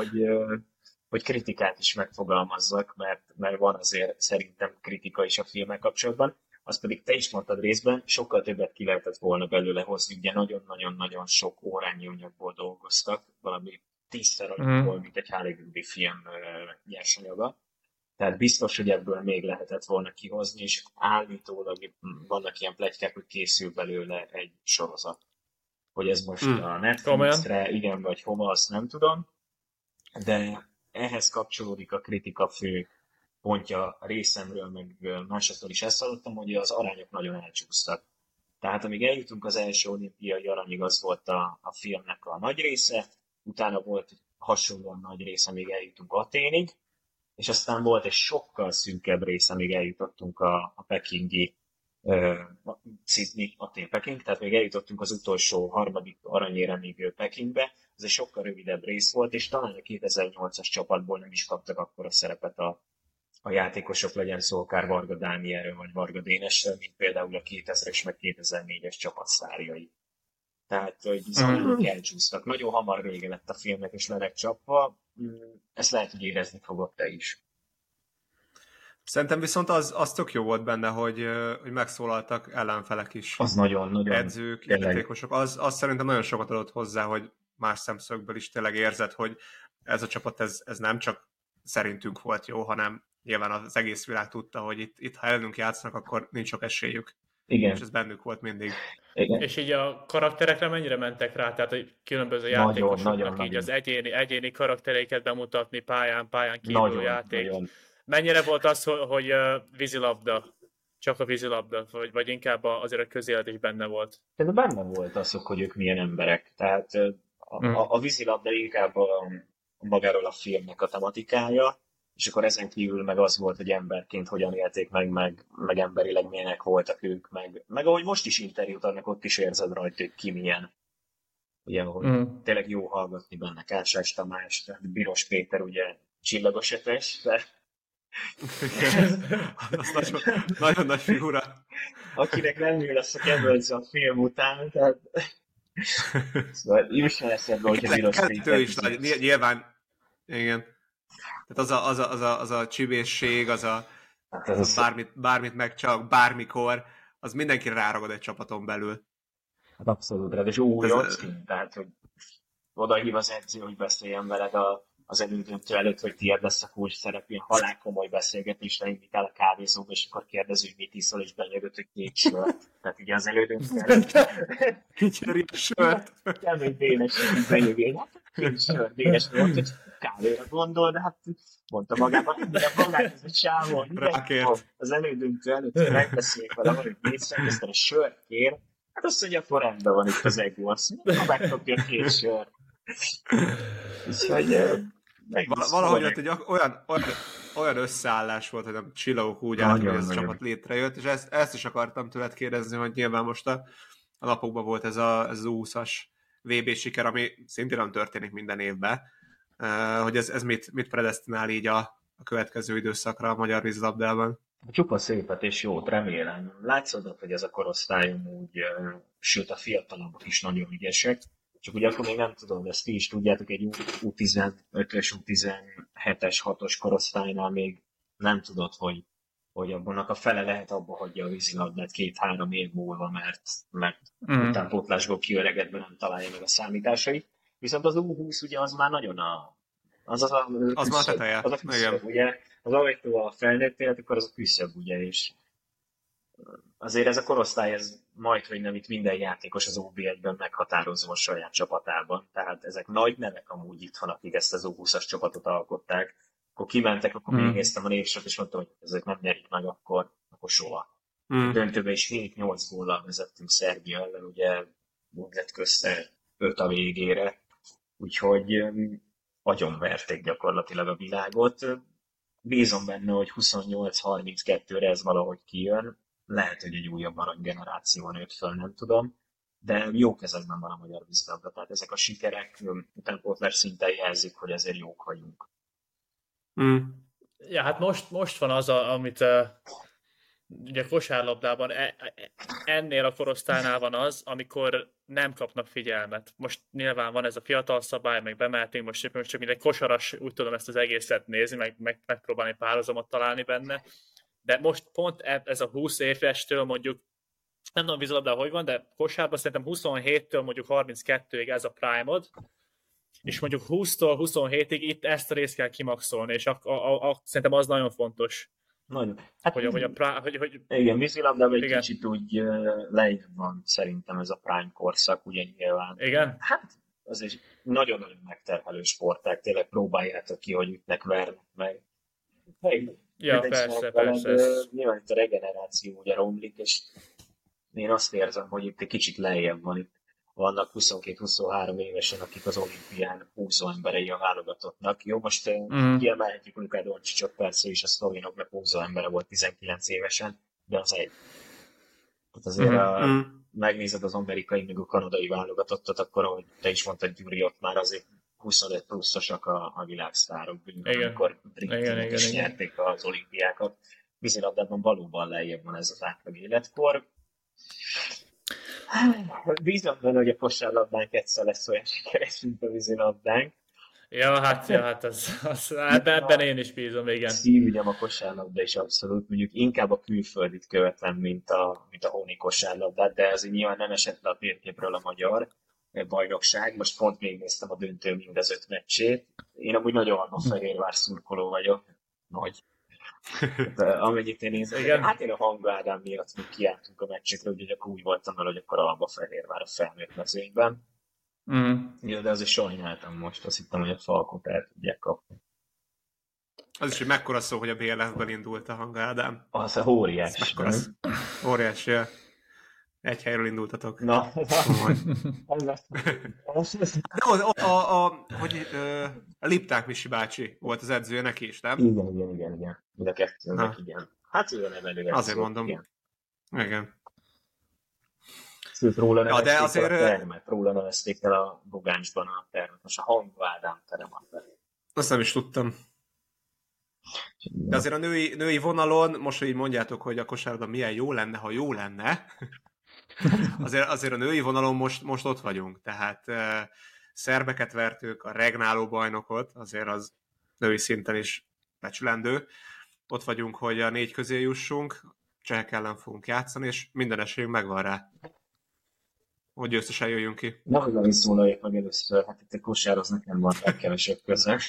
A: hogy kritikát is megfogalmazzak, mert van azért szerintem kritika is a filmmel kapcsolatban. Azt pedig te is mondtad részben, sokkal többet ki lehetett volna belőle hozni. Ugye nagyon-nagyon-nagyon sok órányi anyagból dolgoztak, valami 10-szer annyiból, mint egy Hollywoodi film nyersanyaga. Tehát biztos, hogy ebből még lehetett volna kihozni, és állítólag vannak ilyen pletykák, hogy készül belőle egy sorozat. Hogy ez most a Netflixre, igen, vagy hova, azt nem tudom. De ehhez kapcsolódik a kritika fő pontja részemről, meg másodszor is ezt hallottam, hogy az arányok nagyon elcsúsztak. Tehát amíg eljutunk az első olimpiai aranyig, az volt a filmnek a nagy része, utána volt hasonlóan nagy része, amíg eljutunk Athénig, és aztán volt egy sokkal szűkebb része, amíg eljutottunk a pekingi Sydney, Athén, Peking, tehát még eljutottunk az utolsó harmadik aranyéremig Pekingbe, ez egy sokkal rövidebb rész volt, és talán a 2008-as csapatból nem is kaptak akkor a szerepet a játékosok, legyen szó akár Varga Dánielről vagy Varga Dénesről, mint például a 2000-es meg 2004-es csapatsztárjai. Tehát, hogy bizony elcsúsztak. Nagyon hamar vége lett a filmnek, és le lett csapva. Ezt lehet, hogy érezni fogod te is.
D: Szerintem viszont az tök jó volt benne, hogy megszólaltak ellenfelek is.
A: Az nagyon
D: edzők, játékosok. Az szerintem nagyon sokat adott hozzá, hogy más szemszögből is tényleg érzed, hogy ez a csapat ez nem csak szerintünk volt jó, hanem nyilván az egész világ tudta, hogy itt ha ellenünk játszanak, akkor nincs sok esélyük.
A: Igen.
D: És ez bennük volt mindig.
A: Igen.
C: És így a karakterekre mennyire mentek rá? Tehát, hogy különböző játékosoknak így az egyéni karaktereiket bemutatni pályán kívül játék. Nagyon. Mennyire volt az, hogy vízilabda? Csak a vízilabda? Vagy inkább azért a közélet is benne volt?
A: Tehát benne volt az, hogy ők milyen emberek. Tehát a vízilabda inkább magáról a filmnek a tematikája, és akkor ezen kívül meg az volt, hogy emberként hogyan élték meg emberileg milyenek voltak ők, meg ahogy most is interjút adnak, ott is érzed rajta, hogy ki milyen. Ugye, hogy tényleg jó hallgatni benne Kársás Tamás, tehát Biros Péter, ugye csillagos ötös, de...
D: Az nagyon nagy figura.
A: Akinek nem jön lesz a kedvenc a film után, tehát... Szóval jusson eszedbe, hogyha Biros Péter...
D: is nyilván, igen. Tehát az a csibészség, bármit megcsak, bármikor, az mindenki ráragad egy csapaton belül.
A: Hát abszolút, és újockin, tehát hogy odahív az edző, hogy beszéljen veled az elődöntő előtt, hogy tiéd lesz a kulcs szerepén, halálkomoly beszélgetésre invitál a kávézóba, és akkor kérdező, hogy mit iszol, és benyögött, hogy 2 sört. Tehát ugye az elődöntő előtt...
D: Kicseri a sört.
A: Kemény Dénes, hogy benyögél. 2 sört, Dénes volt, hogy kávéra gondol, de hát mondta magában, hogy minden magát ez a sávon. Az elődöntő előtt megbeszéljük vele, hogy 4 sört, aztán a sört kér. Hát azt mondja, akkor rendben van itt az egó, azt mondja, megkapja 2 sört. Úgyhogy
D: Valahogy ott egy olyan összeállás volt, hogy a csillagok úgy álltak, hogy ez a csapat létrejött, és ezt is akartam tőled kérdezni, hogy nyilván most a napokban volt ez az U20-as VB siker, ami szintén nem történik minden évben, hogy ez mit predesztinál így a következő időszakra a magyar vízilabdában?
A: Csupa szépet és jót, remélem. Látszott, hogy ez a korosztályom úgy, sőt a fiatalabbak is nagyon ügyesek. Csak ugye akkor még nem tudom, ezt ti is tudjátok, egy U15-ös, U17-es, 6-os korosztálynál még nem tudod, hogy abban a fele lehet abba hagyja a vízilabdát 2-3 év múlva, mert utánpótlásból kiöregedve nem találja meg a számításait. Viszont az U20 ugye az már nagyon az
D: már teteje.
A: Az a küszöb, ugye? Az ahogy a felnőtt élet, akkor az a küszöb, ugye, és azért ez a korosztály, ez majd, hogy nem itt minden játékos az OB1-ben meghatározó a saját csapatában. Tehát ezek nagy nevek amúgy itthon, akik ezt az U20-as csapatot alkották. Akkor kimentek, akkor végignéztem a névsort, és mondtam, hogy ezek nem nyerik meg, akkor soha. Döntőben is 7-8 góllal vezettünk Szerbia ellen, ugye úgy lett közte 5 a végére. Úgyhogy agyonverték gyakorlatilag a világot. Bízom benne, hogy 28-32-re ez valahogy kijön. Lehet, hogy egy újabb aranygeneráció nőtt föl, nem tudom. De jó kezekben van a magyar vízilabda. Tehát ezek a sikerek utánpótlás szinten jelzik, hogy ezért jók vagyunk.
C: Ja, hát most van az, amit ugye kosárlabdában ennél a korosztálynál van az, amikor nem kapnak figyelmet. Most nyilván van ez a fiatal szabály, meg bemeltünk, most csak mint egy kosaras, úgy tudom ezt az egészet nézni, meg megpróbálni párhuzamot találni benne. De most pont ez a 20 évestől mondjuk, nem tudom vízilabdában hogy van, de kosárban szerintem 27-től mondjuk 32-ig ez a prime-od, és mondjuk 20-tól 27-ig itt ezt a részt kell kimaxolni, és szerintem az nagyon fontos.
A: Nagyon. Hát,
C: hogy
A: igen, vízilabdában egy kicsit úgy lejjebb van szerintem ez a prime korszak, ugye nyilván.
C: Igen?
A: Hát az egy nagyon-nagyon megterhelő sportág, tényleg próbáljátok ki, hogy ütnek, vernek meg.
C: Ja, persze.
A: Nyilván itt a regeneráció ugye romlik, és én azt érzem, hogy itt egy kicsit lejjebb van. Itt vannak 22-23 évesen, akik az olimpián húzó emberei a válogatottnak. Jó, most kiemelhetjük Luka Doncsicsot, persze is a szlovénoknak húzó embere volt 19 évesen, de az egy. Tehát azért megnézed az amerikai, meg a kanadai válogatottat, akkor, ahogy te is mondtad, Gyuri, ott már azért 25 pluszosak a világsztárok, amikor britek is nyerték az olimpiákat. Vízilabdában valóban lejjebb van ez az átlag életkor. Bízom benne, hogy a kosárlabdánk egyszer lesz olyan sikeres, mint a vízilabdánk.
C: Ja, hát ebben én is bízom, igen.
A: Szívügyem a kosárlabda is abszolút, mondjuk inkább a külföldit követem, mint a hóni kosárlabdát, de azért nyilván nem esett le a térképről a magyar bajnokság. Most pont még néztem a döntő mindez 5 meccsét. Én amúgy nagyon a Fehérvár szurkoló vagyok. Nagy. Amennyit én nézem. Hát én a Hanga Ádám miatt még kiálltunk a meccsekre, úgyhogy akkor úgy voltam vele, hogy akkor Alba Fehérvár a felnőtt mezőnyben. Ja, de azért sajnáltam most, azt hittem, hogy a Falkot el tudják kapni.
D: Az is, hogy mekkora szó, hogy a BLF-ben indult a Hanga Ádám.
A: Az a óriás.
D: Óriási, ja. Egy helyről indultatok.
A: Na,
D: a Lipták Misi bácsi volt az edzője neki is, nem?
A: Igen. Mind a kettőnek, igen. Hát ő a nevelő.
D: Azért mondom. Igen.
A: Róla nevezték el a termet, róla nevezték el a Bogáncsban a termet. Most a Hanga Ádám terem a felé.
D: Azt nem is tudtam. De azért a női vonalon, most, hogy így mondjátok, hogy a kosárlabda milyen jó lenne, ha jó lenne, azért a női vonalon most ott vagyunk. Tehát szerbeket vertük, a regnáló bajnokot, azért az női szinten is becsülendő. Ott vagyunk, hogy a 4 közé jussunk, csehek ellen fogunk játszani, és minden esélyünk megvan rá, hogy győztesen jöjjünk ki.
A: Na, hogy is szólaljak meg először, hát itt a kosárhoz nekem van legkevesebb köze.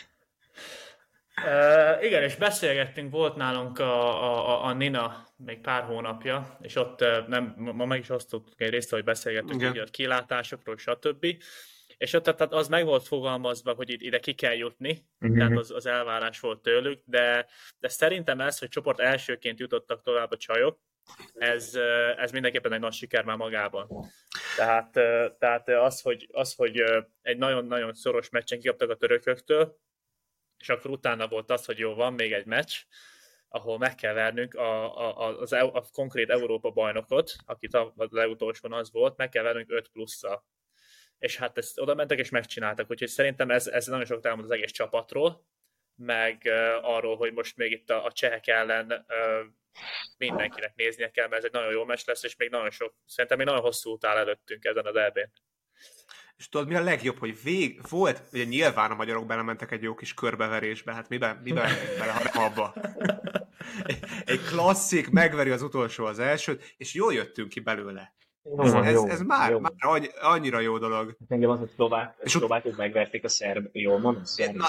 C: Igen, és beszélgettünk, volt nálunk a Nina még pár hónapja, és ott ma meg is osztottuk egy részt, hogy beszélgettünk a kilátásokról, stb. És ott tehát az meg volt fogalmazva, hogy ide ki kell jutni, tehát az elvárás volt tőlük, de szerintem ez, hogy csoport elsőként jutottak tovább a csajok, ez mindenképpen egy nagy siker már magában. Tehát az, hogy egy nagyon-nagyon szoros meccsen kikaptak a törököktől, és akkor utána volt az, hogy jó, van még egy meccs, ahol meg kell vernünk a konkrét Európa bajnokot, akit a legutolsón az volt, meg kell vernünk 5 plusszal. És hát ezt oda mentek és megcsináltak, úgyhogy szerintem ez nagyon sok elmond az egész csapatról, meg arról, hogy most még itt a csehek ellen mindenkinek néznie kell, mert ez egy nagyon jó meccs lesz, és még szerintem még nagyon hosszú út áll előttünk ezen az EB-n.
D: És tudod, mi a legjobb, hogy volt, ugye nyilván a magyarok belementek egy jó kis körbeverésbe, hát miben bele, hanem abba. Egy klasszik, megveri az utolsó az elsőt, és jól jöttünk ki belőle. Ez már annyira jó dolog.
A: Engem az, hogy szlovákok megverték a szerb, jól mondom?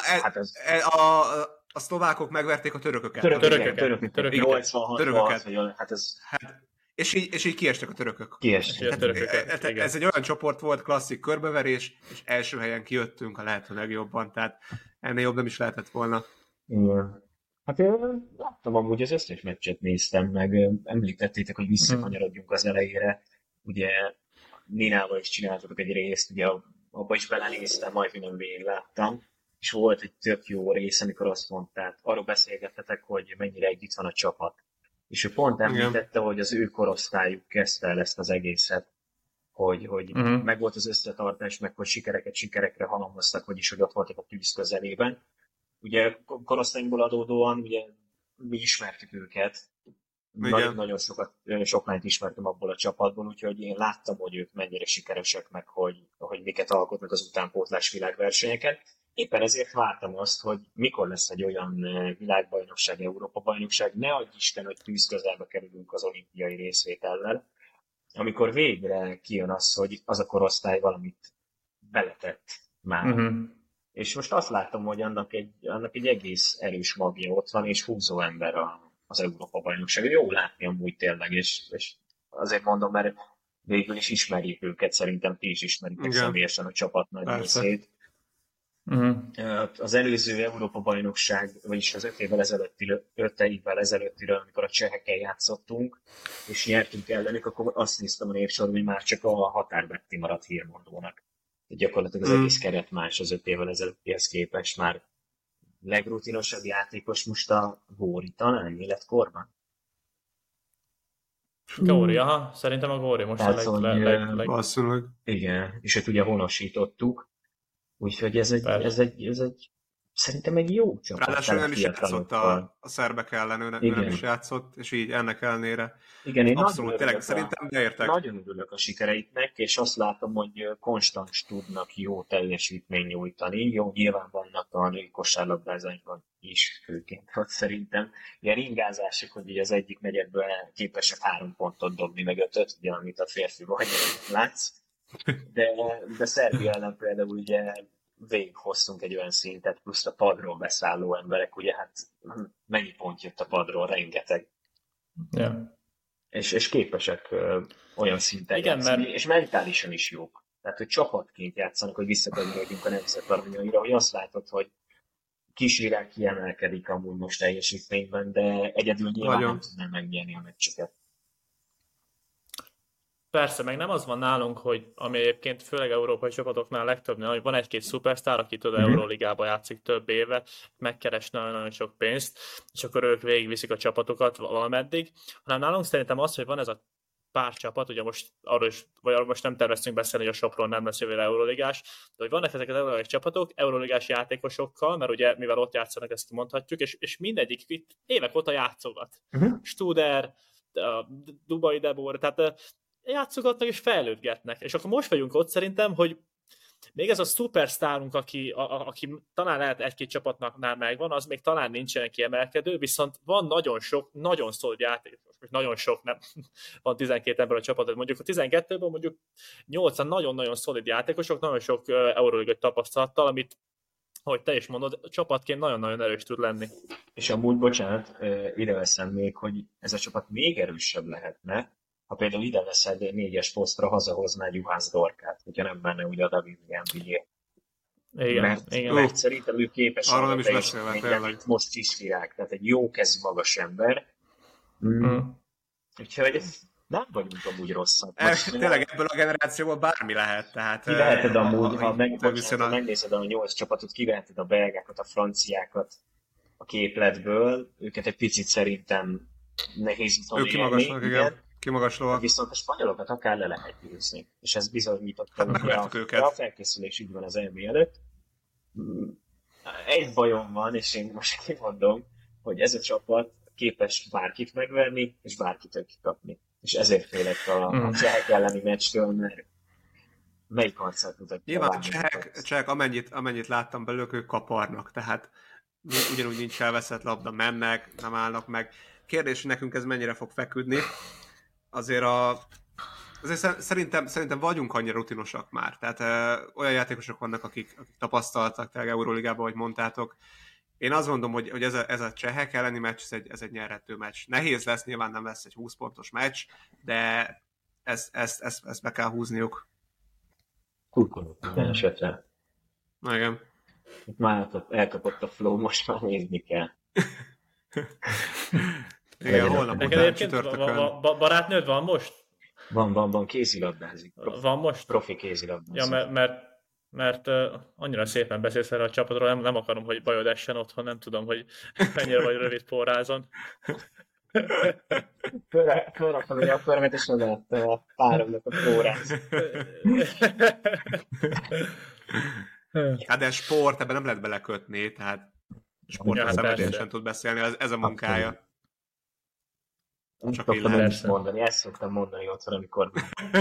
D: A szlovákok megverték a törököket.
A: Törököket. 86-ban, hát ez...
D: És így kiestek a törökök. Ez egy olyan csoport volt, klasszik körbeverés, és első helyen kijöttünk a lehető legjobban, tehát ennél jobb nem is lehetett volna.
A: Igen. Hát én láttam amúgy az összes meccset néztem, meg említettétek, hogy visszakanyarodjunk az elejére. Ugye Ninával is csináltatok egy részt, ugye abba is belenéztem, majd nem végig láttam, és volt egy tök jó rész, amikor azt mondták, arról beszélgettetek, hogy mennyire együtt van a csapat. És ő pont említette, hogy az ő korosztályuk kezdte el ezt az egészet, hogy megvolt az összetartás, meg hogy sikerekre halomoztak, vagyis hogy ott voltak a tűz közelében. Ugye korosztályunkból adódóan, ugye mi ismertük őket, nagyon sok lányt ismertem abból a csapatból, úgyhogy én láttam, hogy ők mennyire sikeresek, meg hogy miket alkotnak az utánpótlás világversenyeken. Éppen ezért vártam azt, hogy mikor lesz egy olyan világbajnokság, Európa-bajnokság, ne adj Isten, hogy tűz közelbe kerülünk az olimpiai részvétellel, amikor végre kijön az, hogy az a korosztály valamit beletett már. És most azt látom, hogy annak egy egész erős magja ott van, és húzó ember az Európa-bajnokság. Jó látni amúgy tényleg, és azért mondom, mert végül is ismerjük őket, szerintem ti is ismeritek személyesen a csapat nagy részét. Az előző Európa-bajnokság, vagyis az 5 évvel ezelőttiről, amikor a csehekkel játszottunk, és nyertünk ellenük, akkor azt néztem a névsorban, hogy már csak a Határbetti maradt hírmondónak. Gyakorlatilag az egész keret más az 5 évvel ezelőttihez képest, már legrutinosabb játékos most a Góri talán életkorban.
C: Góri, aha, szerintem a Góri most
A: tehát,
C: a leg...
D: Igen,
A: és őt ugye honosítottuk, úgyhogy ez egy szerintem egy jó csapat.
D: Ráadásul nem is játszott a szerbek ellen, ő nem is játszott, és így ennek ellenére
A: én
D: abszolút, tényleg szerintem beértek.
A: Nagyon örülök a sikereiknek, és azt látom, hogy konstans tudnak jó teljesítményt nyújtani. Jó, nyilván vannak a női kosárlabdázásban is főként, hogy szerintem ilyen ringázások, hogy az egyik negyedből képesek 3 pontot dobni, meg 5-öt, ugye, amit a férfi vagy látsz. De Szerbia ellen például ugye végighoztunk egy olyan szintet, plusz a padról beszálló emberek, ugye hát mennyi pont jött a padról, rengeteg.
C: Yeah.
A: És képesek olyan szinten játszani, és mentálisan is jók. Tehát, hogy csapatként játszanak, hogy visszakanyarodjunk a nemzetaranyjaira, hogy azt látod, hogy Kisirák kiemelkedik amúgy most teljesítményben, de egyedül nyilván nem tudnám megnyerni a meccseket.
C: Persze, meg nem az van nálunk, hogy ami egyébként főleg európai csapatoknál legtöbbnél, hogy van egy-két szupersztár, aki Euróligába játszik több éve, megkeres nagyon-nagyon sok pénzt, és akkor ők végigviszik a csapatokat valameddig, hanem nálunk szerintem az, hogy van ez a pár csapat, ugye most arról most nem terveztünk beszélni, hogy a Sopron nem lesz jövőre euróligás, de hogy vannak ezek az euróligás csapatok, euróligás játékosokkal, mert ugye mivel ott játszanak, ezt mondhatjuk, és mindegyik itt évek óta játszogat. Studer, Dubai Debor, tehát játszogatnak és fejlődgetnek. És akkor most vagyunk ott szerintem, hogy még ez a szupersztárunk, aki talán lehet egy-két csapatnál megvan, az még talán nincsen kiemelkedő, viszont van nagyon sok, nagyon szolid játékos, most nagyon sok, nem, van 12 ember a csapat, mondjuk a 12-ből mondjuk 8 nagyon-nagyon szolid játékosok, nagyon sok euróligai tapasztalattal, amit, ahogy te is mondod, csapatként nagyon-nagyon erős tud lenni.
A: És amúgy, bocsánat, ide veszem még, hogy ez a csapat még erősebb lehetne, ha például ide veszed 4-es posztra, hazahoznád Juhász Dorkát, hogyha nem menne ugye a David Gambillé. Mert szerintem ő képes
D: arra nem is beszélve, tényleg.
A: Most Kisirák, tehát egy jó kezű magas ember. Úgyhogy nem vagyunk amúgy rosszak.
D: Tényleg ebből a generációból bármi lehet. Tehát,
A: kiveheted amúgy, ha megnézed a 8 csapatot, kiveheted a belgákat, a franciákat a képletből, őket egy picit szerintem nehéz
D: utolni. Ők kimagaslóak, igen. Kimagaslóak.
A: Viszont a spanyolokat akár le lehet győzni. És ez bizonyítottam, hogy a felkészülés így van az EB előtt. Egy bajom van, és én most kimondom, hogy ez a csapat képes bárkit megverni, és bárkitől kikapni. És ezért félek a csehek elleni meccstől, mert melyik arcát mutatja.
D: Nyilván a csehek amennyit láttam belőlük, ők kaparnak, tehát ugyanúgy nincs elveszett labda, mennek, nem állnak meg. Kérdés, hogy nekünk ez mennyire fog feküdni. Azért szerintem vagyunk annyira rutinosak már. Tehát olyan játékosok vannak, akik tapasztaltak, tényleg Euróligában, ahogy mondtátok. Én azt gondolom, hogy ez a csehek elleni meccs, ez egy nyerhető meccs. Nehéz lesz, nyilván nem lesz egy 20 pontos meccs, de ezt be kell húzniuk.
A: Kurkolok minden esetre.
D: Igen.
A: Itt már elkapott a flow, most már nézni kell.
D: Igen, holnap után csütörtökön.
C: Barátnőd van most?
A: Van, kézilabdázik.
C: Van most?
A: Profi kézilabdázik.
C: Ja, mert annyira szépen beszélsz erre a csapatról, nem akarom, hogy bajod essen otthon, nem tudom, hogy mennyire vagy rövid pórázon.
A: Fölraktam egy akkormet, és odaadta a páromnak a póráz.
D: Hát de sport, ebben nem lehet belekötni, tehát sportról szenvedélyesen tud beszélni, ez a munkája.
A: Csak mondani, ezt szoktam mondani otthon, amikor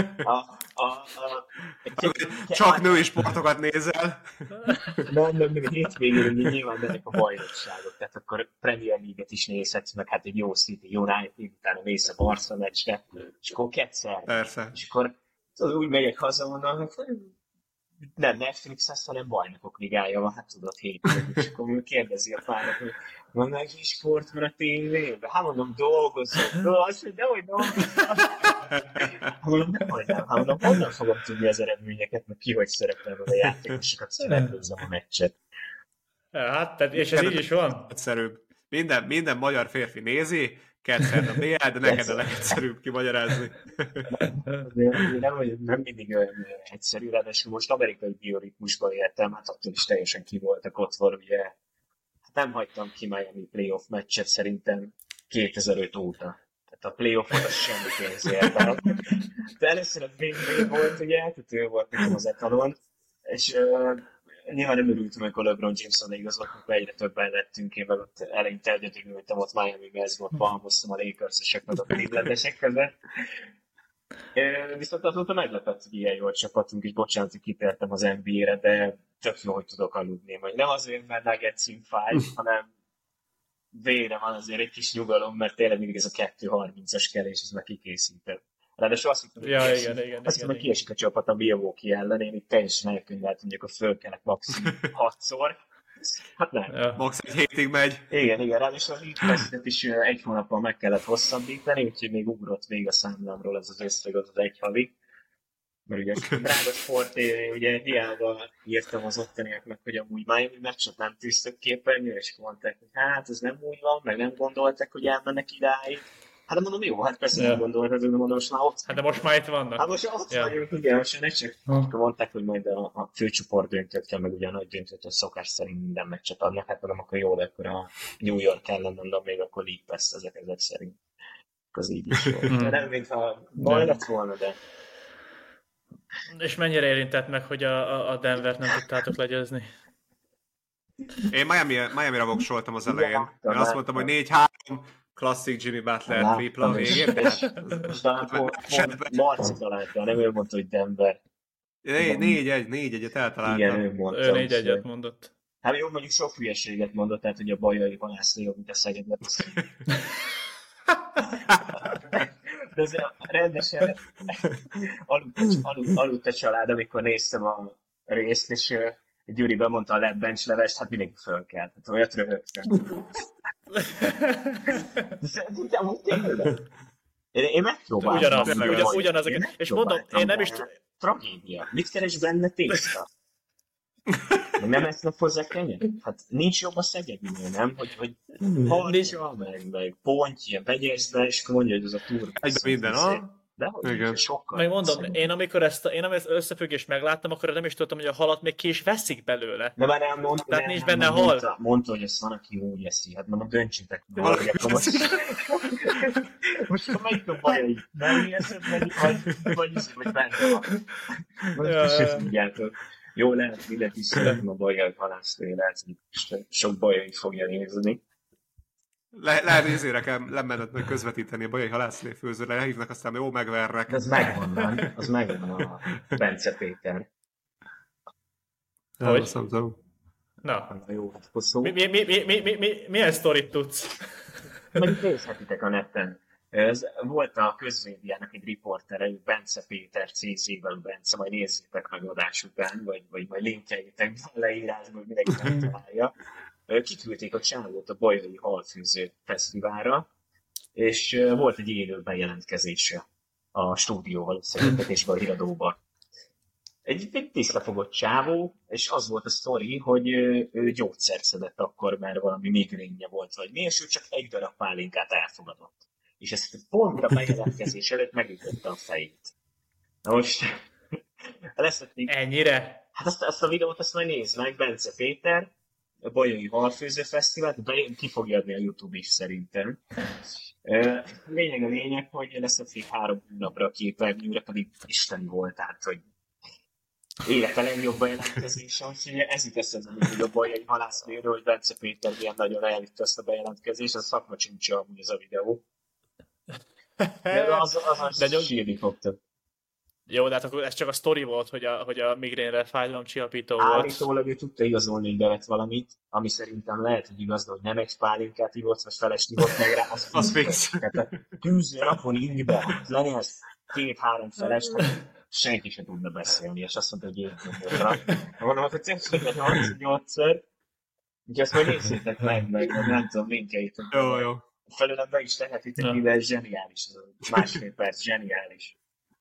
D: csak női sportokat nézel.
A: Nem, hétvégén nyilván mennek a bajnokságok, tehát akkor Premier League-et is nézhetsz, meg hát egy jó City, jó United, utána mész a Barca meccsre, és akkor kedszer.
D: Persze.
A: És akkor úgy megyek haza, mondom, hogy nem Netflix lesz, hanem Bajnokok Ligája van, hát tudod, hétvégén, és akkor kérdezi a párnak, hogy van meg is sport van a tévében? Hát mondom, dolgozom. Azt mondja, hogy dolgozom. Mondom, nem, honnan fogom tudni az eredményeket, meg ki hogy szerepel a játékosokat, szereplőzem a meccset.
C: Hát, és ez így is van.
D: Egyszerűbb. Minden magyar férfi nézi, kedszer a BL, de neked a legegyszerűbb kimagyarázni.
A: Nem mindig olyan egyszerű, ráadásul most amerikai bioritmusban éltem, hát attól is teljesen ki voltak ott van, ugye. Nem hagytam ki Miami playoff meccset szerintem 2005 óta. Tehát a playoffot az semmi pénzért. De először a Green volt, ugye, tehát ő volt nekem az etalon, és nyilván nem örültem, amikor LeBron James-on igazolt, amikor egyre többen lettünk, én meg ott eleinte egyedül ültem ott Miami-ben, ez volt, balmoztam a Lakers-esek meg a Cleveland-esek között. Viszont azóta meglepett, hogy ilyen jó a csapatunk, és bocsánat, hogy kitértem az NBA-re, de tök jó, hogy tudok aludni. Majd nem azért, mert Nuggetszünk fáj, hanem végre van azért egy kis nyugalom, mert tényleg mindig ez a 2:30-as kelés, ez már kikészített. Ráadásul azt hittem, hogy kiesik a csapat a Milwaukee ellen, én itt teljesen elkönyveltem, mondjuk, hogy fölkelek maximum 6-szor. Hát nem.
D: Ja. Max egy hétig megy.
A: Igen, ráadásul az így is egy hónappal meg kellett hosszabbítani, úgyhogy még ugrott még a számlámról ez az összeg, az egy havig. Mert ugye drága sport, ugye hiába írtam az ottaniaknak, hogy amúgy Miami meccset nem tűztök képernyőre, és mondták, hogy hát ez nem úgy van, meg nem gondoltak, hogy elmennek idáig. Hát de mondom, jó, hát persze nem gondoltak, de mondom, most már ott.
C: Hát de most már itt vannak.
A: Hát most ott vagyunk, igen, most ne csak. Akkor mondták, hogy majd a főcsoport döntőt kell, meg ugye a nagy döntőt, hogy szokás szerint minden meccset adnak, hát mondom, akkor jó, de akkor a New York ellen mondom, még akkor League Pass ezek szerint. Az így is volt. De nem, mintha baj lett volna, de...
C: És mennyire érintett meg, hogy a Denvert nem tudtátok legyőzni?
D: Én Miami-ra voksoltam az elején. Én azt mondtam, hogy 4-3, klasszik Jimmy Butler tripla végén.
A: Marci találta, nem ő mondta, hogy Denver.
D: 4-1-et eltaláltam.
A: Igen, ő mondta.
C: Ő 4-1-et mondott.
A: Hát jó, mondjuk sok hülyeséget mondott, tehát hogy a Bajai Valászló jobb, mint a Szegednek. De ez rendesen aludt a család, amikor néztem a részt, és Gyuri bemondta a lab bench levest, hát mindenki fölkelt. Hát olyat röhögtem. De tényleg. Én megpróbáltam.
C: Ugyanaz. És mondom, én nem is...
A: Tragédia. Mit keres benne tészta? Nem esznek hozzá kenyeret? Hát nincs jobb a Szegedinél, nem? Hogy harcsa, meg pontja, vegyezve, és akkor mondja, hogy ez a turmix.
D: Egyben minden, ha?
A: De hogy
D: Igen.
A: is, sokkal.
C: Megmondom, én amikor ezt az összefüggést megláttam, akkor nem is tudtam, hogy a halat még ki is veszik belőle.
A: De már nem mondta,
C: Tehát nincs benne hal.
A: Mondta, hogy ezt van, aki úgy eszi. Hát mondom, döntsétek meg.
D: Valaki
A: Hogy akkor most melyik a bajai? Nem eszed meg, vagy benne van. Most is tudjátok. Jó, lehet, mindenki szeretem a bajai halászlé, lehet, hogy sok bajai fogja nézni.
D: Lehet nézére kell lemenned meg közvetíteni a Bajai Halászlé főzőre, elhívnak, aztán jó megvernek.
A: De az megvan, nem? Az megvan a Bence Péter.
C: Hogy?
D: Azt nem tudom.
C: Na,
A: Jó, hát akkor szó.
C: milyen sztorit tudsz?
A: Meg nézhetitek a neten. Ez volt a közmédiának egy riportere, Bence Péter CZ-vel Bence, majd nézzétek meg adás után, vagy majd linkeljétek be a leírásba, hogy mindenki megtalálja. Kiküldték a csávót a Bajai Halfűző Fesztiválra, és volt egy élő bejelentkezése a stúdióval, összeköttetésben, a híradóban. Egy tisztafogott csávó, és az volt a sztori, hogy ő gyógyszert szedett akkor, mert valami migrénje volt, vagy mi, és ő csak egy darab pálinkát elfogadott. És ezt pont a bejelentkezés előtt megütötte a fejét. Na most,
C: Ennyire?
A: Hát azt a videót azt majd nézd meg, Bence Péter, a Bajai Halfőző Fesztivált, de ki fogja adni a YouTube is szerintem. Lényeg, hogy leszedték 3 hónapra a képernyőre, pedig isteni volt, tehát, hogy élete legjobb bejelentkezése, úgyhogy ez jut eszembe, hogy a Bajai Halászléről, hogy Bence Péter milyen nagyon elvitte ezt a bejelentkezést, az szakma csincsa amúgy ez a videó. De az sírni fogta.
C: Jó, de hát akkor ez csak a sztori volt, hogy a migrénre fájdalomcsillapító volt.
A: Állítólag ő tudta igazolni, hogy bevett valamit, ami szerintem lehet, hogy igaz, hogy nem egy pálinkát ivott, vagy felest ivott meg rá,
D: Az fix.
A: Tehát a tűző napon így be, lenélsz 2-3 felest, senki sem tudna beszélni, és azt mondta, hogy én nyomorra. Mondom, hogy tényleg 8-8-szor, úgyhogy azt majd nézzétek meg nem tudom, linkeljétek.
D: Jó.
A: Felőlem be is tehetitek, mivel ez zseniális, ez a 1,5 perc zseniális.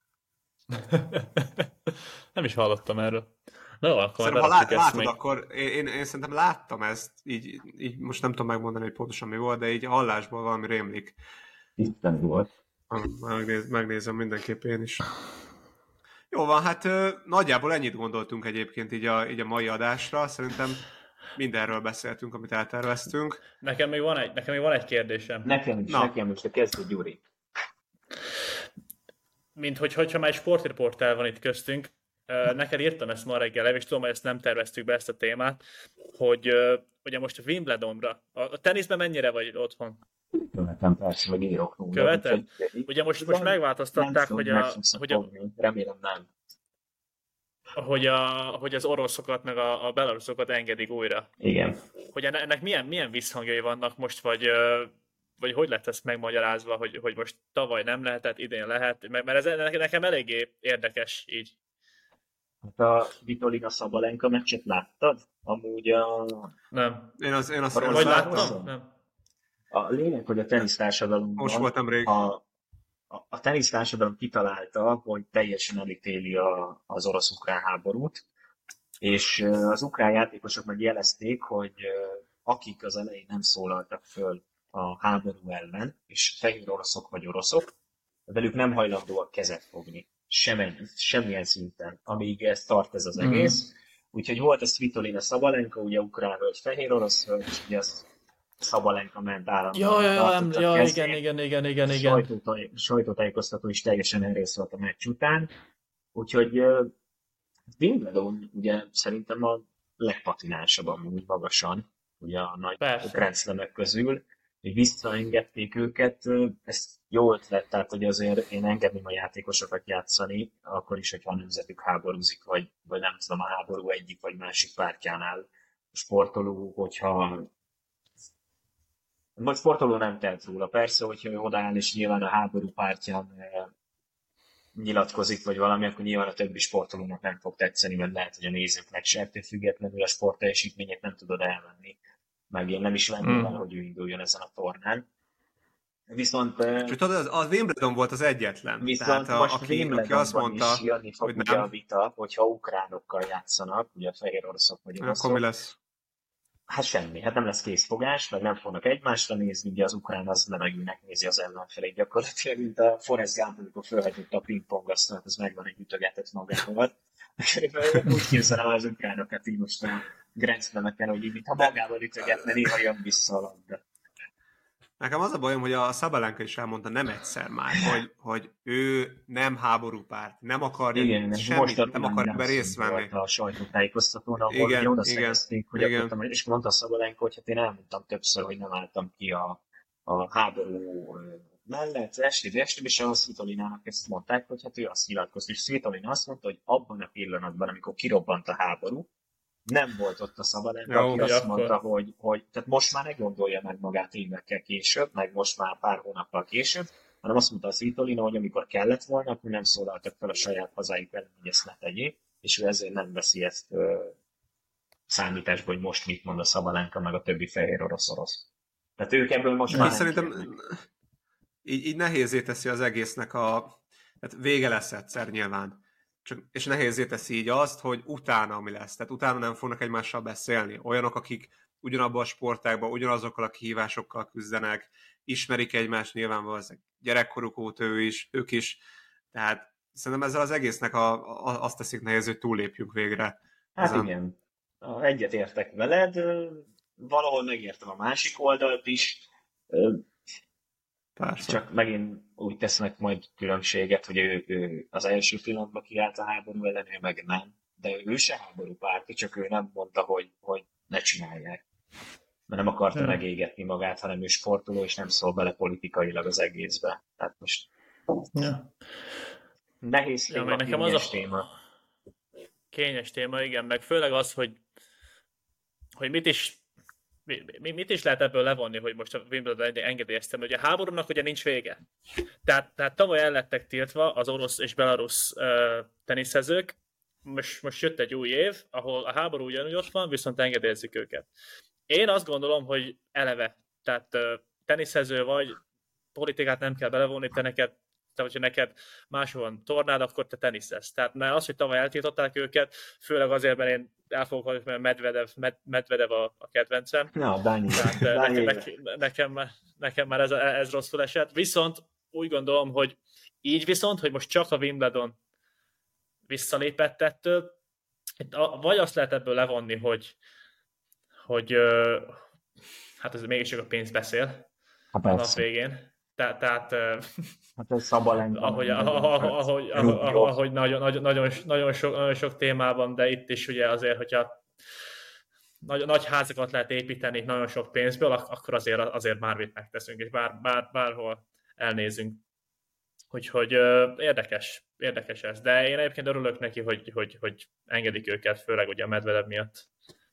C: Nem is hallottam erről. No, akkor
D: szerintem, ha látod, akkor én szerintem láttam ezt, így most nem tudom megmondani, hogy pontosan mi volt, de így hallásból valami rémlik.
A: Itten volt.
D: Megnézem mindenképp én is. Jó van, hát nagyjából ennyit gondoltunk egyébként így a mai adásra. Szerintem mindenről beszéltünk, amit elterveztünk.
C: Nekem még van egy kérdésem.
A: Nekem is, de kezdjük, Gyuri.
C: Mint hogyha már egy sportriportál van itt köztünk, neked írtam ezt ma reggel, és tudom, hogy ezt nem terveztük be ezt a témát, hogy ugye most a Wimbledonra, a teniszben mennyire vagy otthon?
A: Követem, persze, meg írok róla.
C: Követed? Ugye most megváltoztatták,
A: remélem nem.
C: Hogy az oroszokat meg a belaruszokat engedik újra.
A: Igen.
C: Hogy ennek milyen visszhangjai vannak most, vagy hogy lett ezt megmagyarázva, hogy most tavaly nem lehetett, idén lehet, mert ez nekem eléggé érdekes így.
A: Hát a Vitolina Szabalenka meccset láttad? Amúgy
C: Nem.
D: Én azt
C: vagy láttam? Nem.
A: A lényeg, hogy a tenisztársadalomban...
D: Most voltam rég.
A: A tenisztársadalom kitalálta, hogy teljesen elítéli az orosz-ukrán háborút, és az ukrán játékosok meg jelezték, hogy akik az elején nem szólaltak föl a háború ellen, és fehér oroszok vagy oroszok, velük nem hajlandóak kezet fogni. Semmilyen szinten, amíg ez tart ez az egész. Úgyhogy volt a Svitolina Szabalenka, ugye ukrán hölgy, fehér orosz hölgy, és ugye az Szabalenka ment állandóan.
C: Igen.
A: Sajtótájékoztató is teljesen elrész volt a meccs után. Úgyhogy Wimbledon ugye szerintem a legpatinánsabb amúgy magasan, ugye a nagy Grand Slamek közül, hogy visszaengedték őket, ez jó ötlet, tehát hogy azért én engedném a játékosokat játszani, akkor is, hogyha a nemzetük háborúzik, vagy nem tudom, a háború egyik vagy másik pártjánál a sportoló, hogyha vagy sportoló nem telt róla. Persze, hogyha ő odaáll, és nyilván a háború pártján nyilatkozik, vagy valami, akkor nyilván a többi sportolónak nem fog tetszeni, mert lehet, hogy a nézőknek se, ettől függetlenül a sportteljesítményét nem tudod elvenni. Meg én nem is venném el, hogy ő induljon ezen a tornán. Viszont,
D: És tudod, az Wimbledon volt az egyetlen.
A: viszont
D: Tehát
A: most
D: aki azt
A: Wimbledonban
D: mondta,
A: is jönni fog
D: hogy
A: ugye a
D: nem,
A: vita, hogyha ukránokkal játszanak, ugye a fehér oroszok vagy
D: akkor mi
A: oroszok.
D: lesz?
A: Hát semmi, hát nem lesz készfogás, meg nem fognak egymásra nézni, ugye az ukrán az levegőnek nézi az ellenfelét gyakorlatilag, mint a Forrest Gump, amikor felhagyott a pingpongasztalat, az megvan egy ütögetett magával. Körülbelül úgy képzelem az ukránokat így most a Grand Slam-eken, hogy így, mintha magával ütögetne, néha jön vissza a labda.
D: Nekem az a bajom, hogy a Szabalenka is elmondta nem egyszer már, hogy ő nem háborúpárt, nem akarja
A: Igen,
D: semmit,
A: most
D: nem akar ebben részt venni.
A: volt a sajtótájékoztatón, ahol
D: Igen,
A: ugye oda
D: igen,
A: szegezték, hogy
D: igen.
A: akartam, és mondta Szabalenka, hogy hát én elmondtam többször, hogy nem álltam ki a háború mellett, estében, és a Svitolinának ezt mondták, hogy hát ő azt nyilatkozott, és Svitolina azt mondta, hogy abban a pillanatban, amikor kirobbant a háború, nem volt ott a Szabalenka, aki azt mondta, hogy tehát most már ne gondolja meg magát évekkel később, meg most már pár hónappal később, hanem azt mondta a Svitolina, hogy amikor kellett volna, akkor nem szólaltak fel a saját hazájuk ellen, hogy ezt ne tegyék, és ő ezért nem veszi ezt számításba, hogy most mit mond a Szabalenka, meg a többi fehér orosz. Tehát ők ebből most már nem
D: Szerintem
A: kérnek.
D: így nehézé teszi az egésznek tehát vége lesz egyszer nyilván. És nehézé teszi így azt, hogy utána mi lesz. Tehát utána nem fognak egymással beszélni. Olyanok, akik ugyanabban a sportágban, ugyanazokkal a kihívásokkal küzdenek, ismerik egymást nyilvánvalóan, ezek gyerekkoruk óta ők is. Tehát szerintem ezzel az egésznek azt teszik nehéz, hogy túllépjünk végre.
A: Hát igen, egyet értek veled, valahol megértem a másik oldalt is,
D: Persze.
A: csak megint úgy tesznek majd különbséget, hogy ő az első pillanatban kiállt a háború ellen, ő meg nem. De ő se háború párti, csak ő nem mondta, hogy ne csinálják. Mert nem akarta megégetni magát, hanem ő sportoló, és nem szól bele politikailag az egészbe. Tehát most nehéz téma,
C: nekem
A: kényes
C: az
A: téma.
C: Kényes téma, igen, meg főleg az, hogy mit is lehet ebből levonni, hogy most a Wimbledon engedélyeztem, hogy a háborúnak ugye nincs vége. Tehát tavaly el lettek tiltva az orosz és belarusz teniszezők, most jött egy új év, ahol a háború ugyanúgy ott van, viszont engedélyezzük őket. Én azt gondolom, hogy eleve, tehát teniszező vagy, politikát nem kell belevonni, hogyha neked máshol van tornád, akkor te teniszesz. Tehát mert az, hogy tavaly eltiltották őket, főleg azért, mert én elfogok, mert Medvedev a kedvencem.
A: Na, Dányi.
C: Nekem már ez rosszul esett. Viszont úgy gondolom, hogy így viszont, hogy most csak a Wimbledon visszalépett ettől, vagy azt lehet ebből levonni, hogy hát ez mégis csak a pénz beszél a nap végén. Tehát
A: hát ez Szabalenka.
C: ahogy nagyon sok témában, de itt is ugye azért, hogyha nagy házakat lehet építeni nagyon sok pénzből, akkor azért bármit megteszünk, és bárhol elnézünk. Úgyhogy érdekes ez. De én egyébként örülök neki, hogy engedik őket, főleg ugye a Medvedev miatt.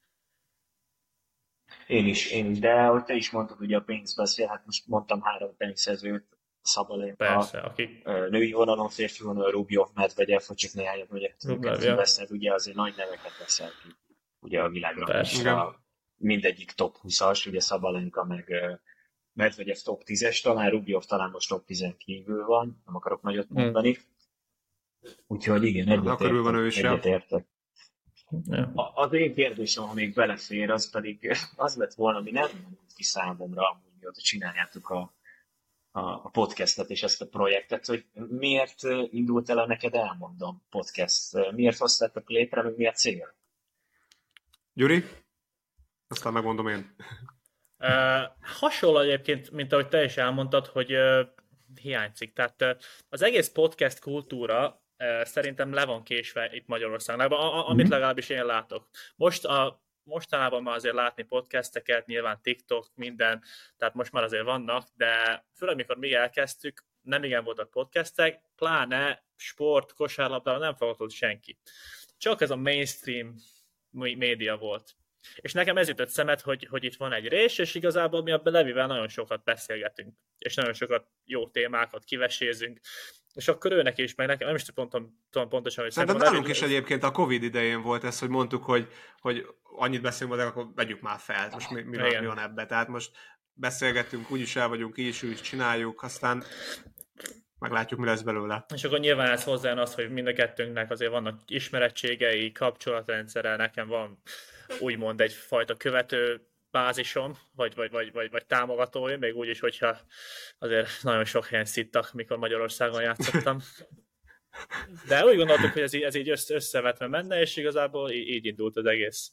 A: Én is, de hogy te is mondtad, ugye a pénz beszél, hát most mondtam 3 teniszezőt, Szabalenka,
C: persze, akik
A: női vonalon, férfi vonalon, Rublev, Medvedev, hogy csak néhányat mondják, kiveszed, ugye azért nagy neveket veszel ki, ugye a világra, mindegyik top 20-as, ugye Szabalenka meg Medvedev top 10-es, talán Rublev talán most top 10-en kívül van, nem akarok nagyot mondani. Úgyhogy igen, egyetértek.
C: Ja.
A: Az én kérdésem, ha még belefér, az pedig az lett volna, ami nem mondott ki számomra, amúgy mióta csináljátok a podcastet és ezt a projektet, hogy miért indult el a Neked Elmondom podcast? Miért hoztátok létre, meg mi a cél?
D: Gyuri? Aztán megmondom én.
C: Hasonló egyébként, mint ahogy te is elmondtad, hogy hiányzik. Tehát az egész podcast kultúra szerintem le van késve itt Magyarországon, amit legalábbis én látok. Mostanában már azért látni podcasteket, nyilván TikTok, minden, tehát most már azért vannak, de főleg mikor mi elkezdtük, nem igen voltak podcastek, pláne sport, kosárlabda, nem fogadott senki. Csak ez a mainstream média volt. És nekem ez jutott szemet, hogy itt van egy rés, és igazából mi a Levivel nagyon sokat beszélgetünk, és nagyon sokat jó témákat kivesézünk, és akkor őnek is, meg nekem nem is tudom pontosan, hogy
D: szerintem nálunk is egyébként a Covid idején volt ez, hogy mondtuk, hogy annyit beszélünk, de akkor vegyük már fel, most mi van ebbe. Tehát most beszélgetünk, úgyis el vagyunk, így is csináljuk, aztán meglátjuk, mi lesz belőle.
C: És akkor nyilván ez hozzájön az, hogy mind a kettőnknek azért vannak ismerettségei, kapcsolatrendszere, nekem van úgymond egyfajta követő bázisom, vagy támogatói, még úgy is, hogyha azért nagyon sok helyen szittak, mikor Magyarországon játszottam. De úgy gondoltuk, hogy ez így összevetve menne, és igazából így indult az egész.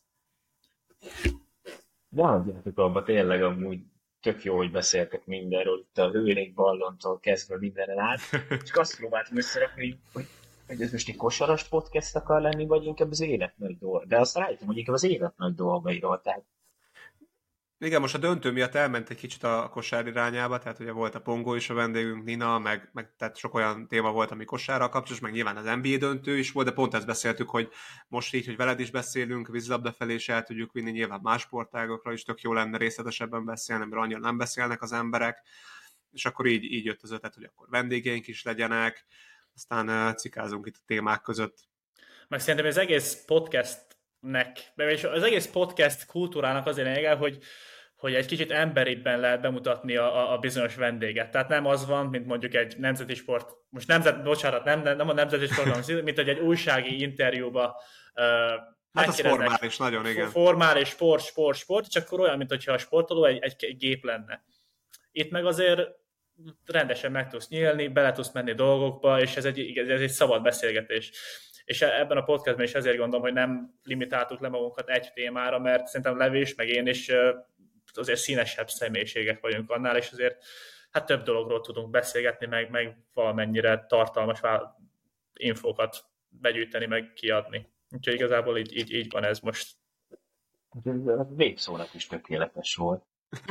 A: Maradjátok abba, tényleg amúgy tök jó, hogy beszéltek mindenről, itt a hőlékballontól kezdve mindenen át. Csak azt próbáltam összerakni, hogy ez most egy kosaras podcast akar lenni, vagy inkább az élet nagy dolga. De azt rájöttem, hogy inkább az élet nagy dolgairól. Tehát
D: Igen, most a döntő miatt elment egy kicsit a kosár irányába, tehát ugye volt a Pongó is a vendégünk, Nina, meg tehát sok olyan téma volt, ami kosárral kapcsolatos, meg nyilván az NBA döntő is volt, de pont ezt beszéltük, hogy most így, hogy veled is beszélünk, vízilabda felé is el tudjuk vinni, nyilván más sportágokra is tök jó lenne részletesebben beszélni, mert annyira nem beszélnek az emberek, és akkor így jött az ötlet, hogy akkor vendégeink is legyenek, aztán cikázunk itt a témák között.
C: Meg szerintem az egész podcastnek, és az egész podcast kultúrának azért lényege, hogy egy kicsit emberibben lehet bemutatni a bizonyos vendéget. Tehát nem az van, mint mondjuk egy nemzeti sport, most nem a nemzeti sport, mint hogy egy újsági interjúba
D: hát az formális, nagyon, igen.
C: Formális sport, csak akkor olyan, mint hogyha a sportoló egy gép lenne. Itt meg azért rendesen meg tudsz nyílni, bele tudsz menni dolgokba, és ez egy szabad beszélgetés. És ebben a podcastban is ezért gondolom, hogy nem limitáltuk le magunkat egy témára, mert szerintem Levés, meg én is azért színesebb személyiségek vagyunk annál, és azért hát több dologról tudunk beszélgetni, meg valamennyire tartalmas infókat begyűjteni, meg kiadni. Úgyhogy igazából így van ez most.
A: a végszónak is tökéletes volt.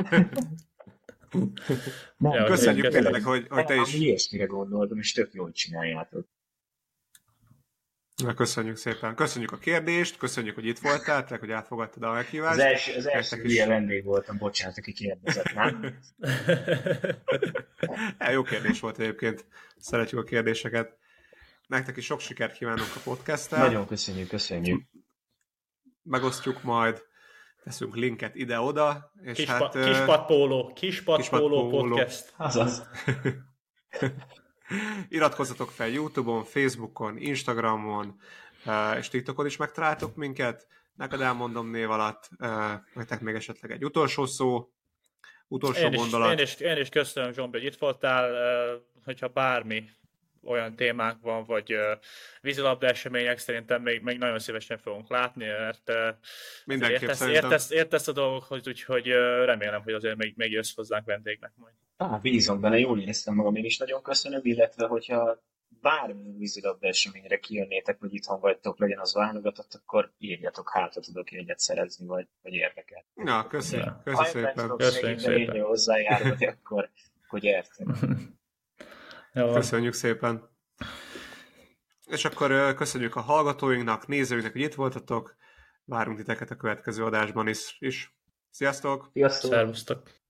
D: Köszönjük tényleg, hogy te is...
A: Ilyesmire gondoltam, és tök jól csináljátok.
D: Na, köszönjük szépen. Köszönjük a kérdést, köszönjük, hogy itt voltál, hogy elfogadtad a meghívást.
A: Az első hülye vendég voltam, bocsánat, aki kérdezett, nem?
D: Jó kérdés volt egyébként. Szeretjük a kérdéseket. Nektek is sok sikert kívánunk a podcasttel.
A: Nagyon köszönjük.
D: Megosztjuk majd, teszünk linket ide-oda. És
C: Kispadpóló podcast.
A: Azaz.
D: Iratkozzatok fel YouTube-on, Facebookon, Instagramon, és TikTokon is megtaláltok minket. Neked elmondom név alatt, nektek még esetleg egy utolsó gondolat.
C: Én is köszönöm, Zsombi, hogy itt voltál, hogyha bármi olyan témánk van, vagy vízilabda események, szerintem még nagyon szívesen fogunk látni, mert értesz a dolgokhoz, úgyhogy remélem, hogy azért még jössz hozzánk vendégnek majd.
A: Bízom benne, jól éreztem magam, én is nagyon köszönöm, illetve hogyha bármi vízilabda eseményre kijönnétek, hogy itthon vagytok, legyen az válogatott, akkor írjatok, ha tudok egyet szerezni, vagy érdekel.
D: Na, köszönöm szépen.
C: Köszönjük szépen.
A: Hozzájárulni, akkor gyertek.
D: Köszönjük szépen. És akkor köszönjük a hallgatóinknak, nézőinknek, hogy itt voltatok. Várunk titeket a következő adásban is. Sziasztok!
C: Szervusztok!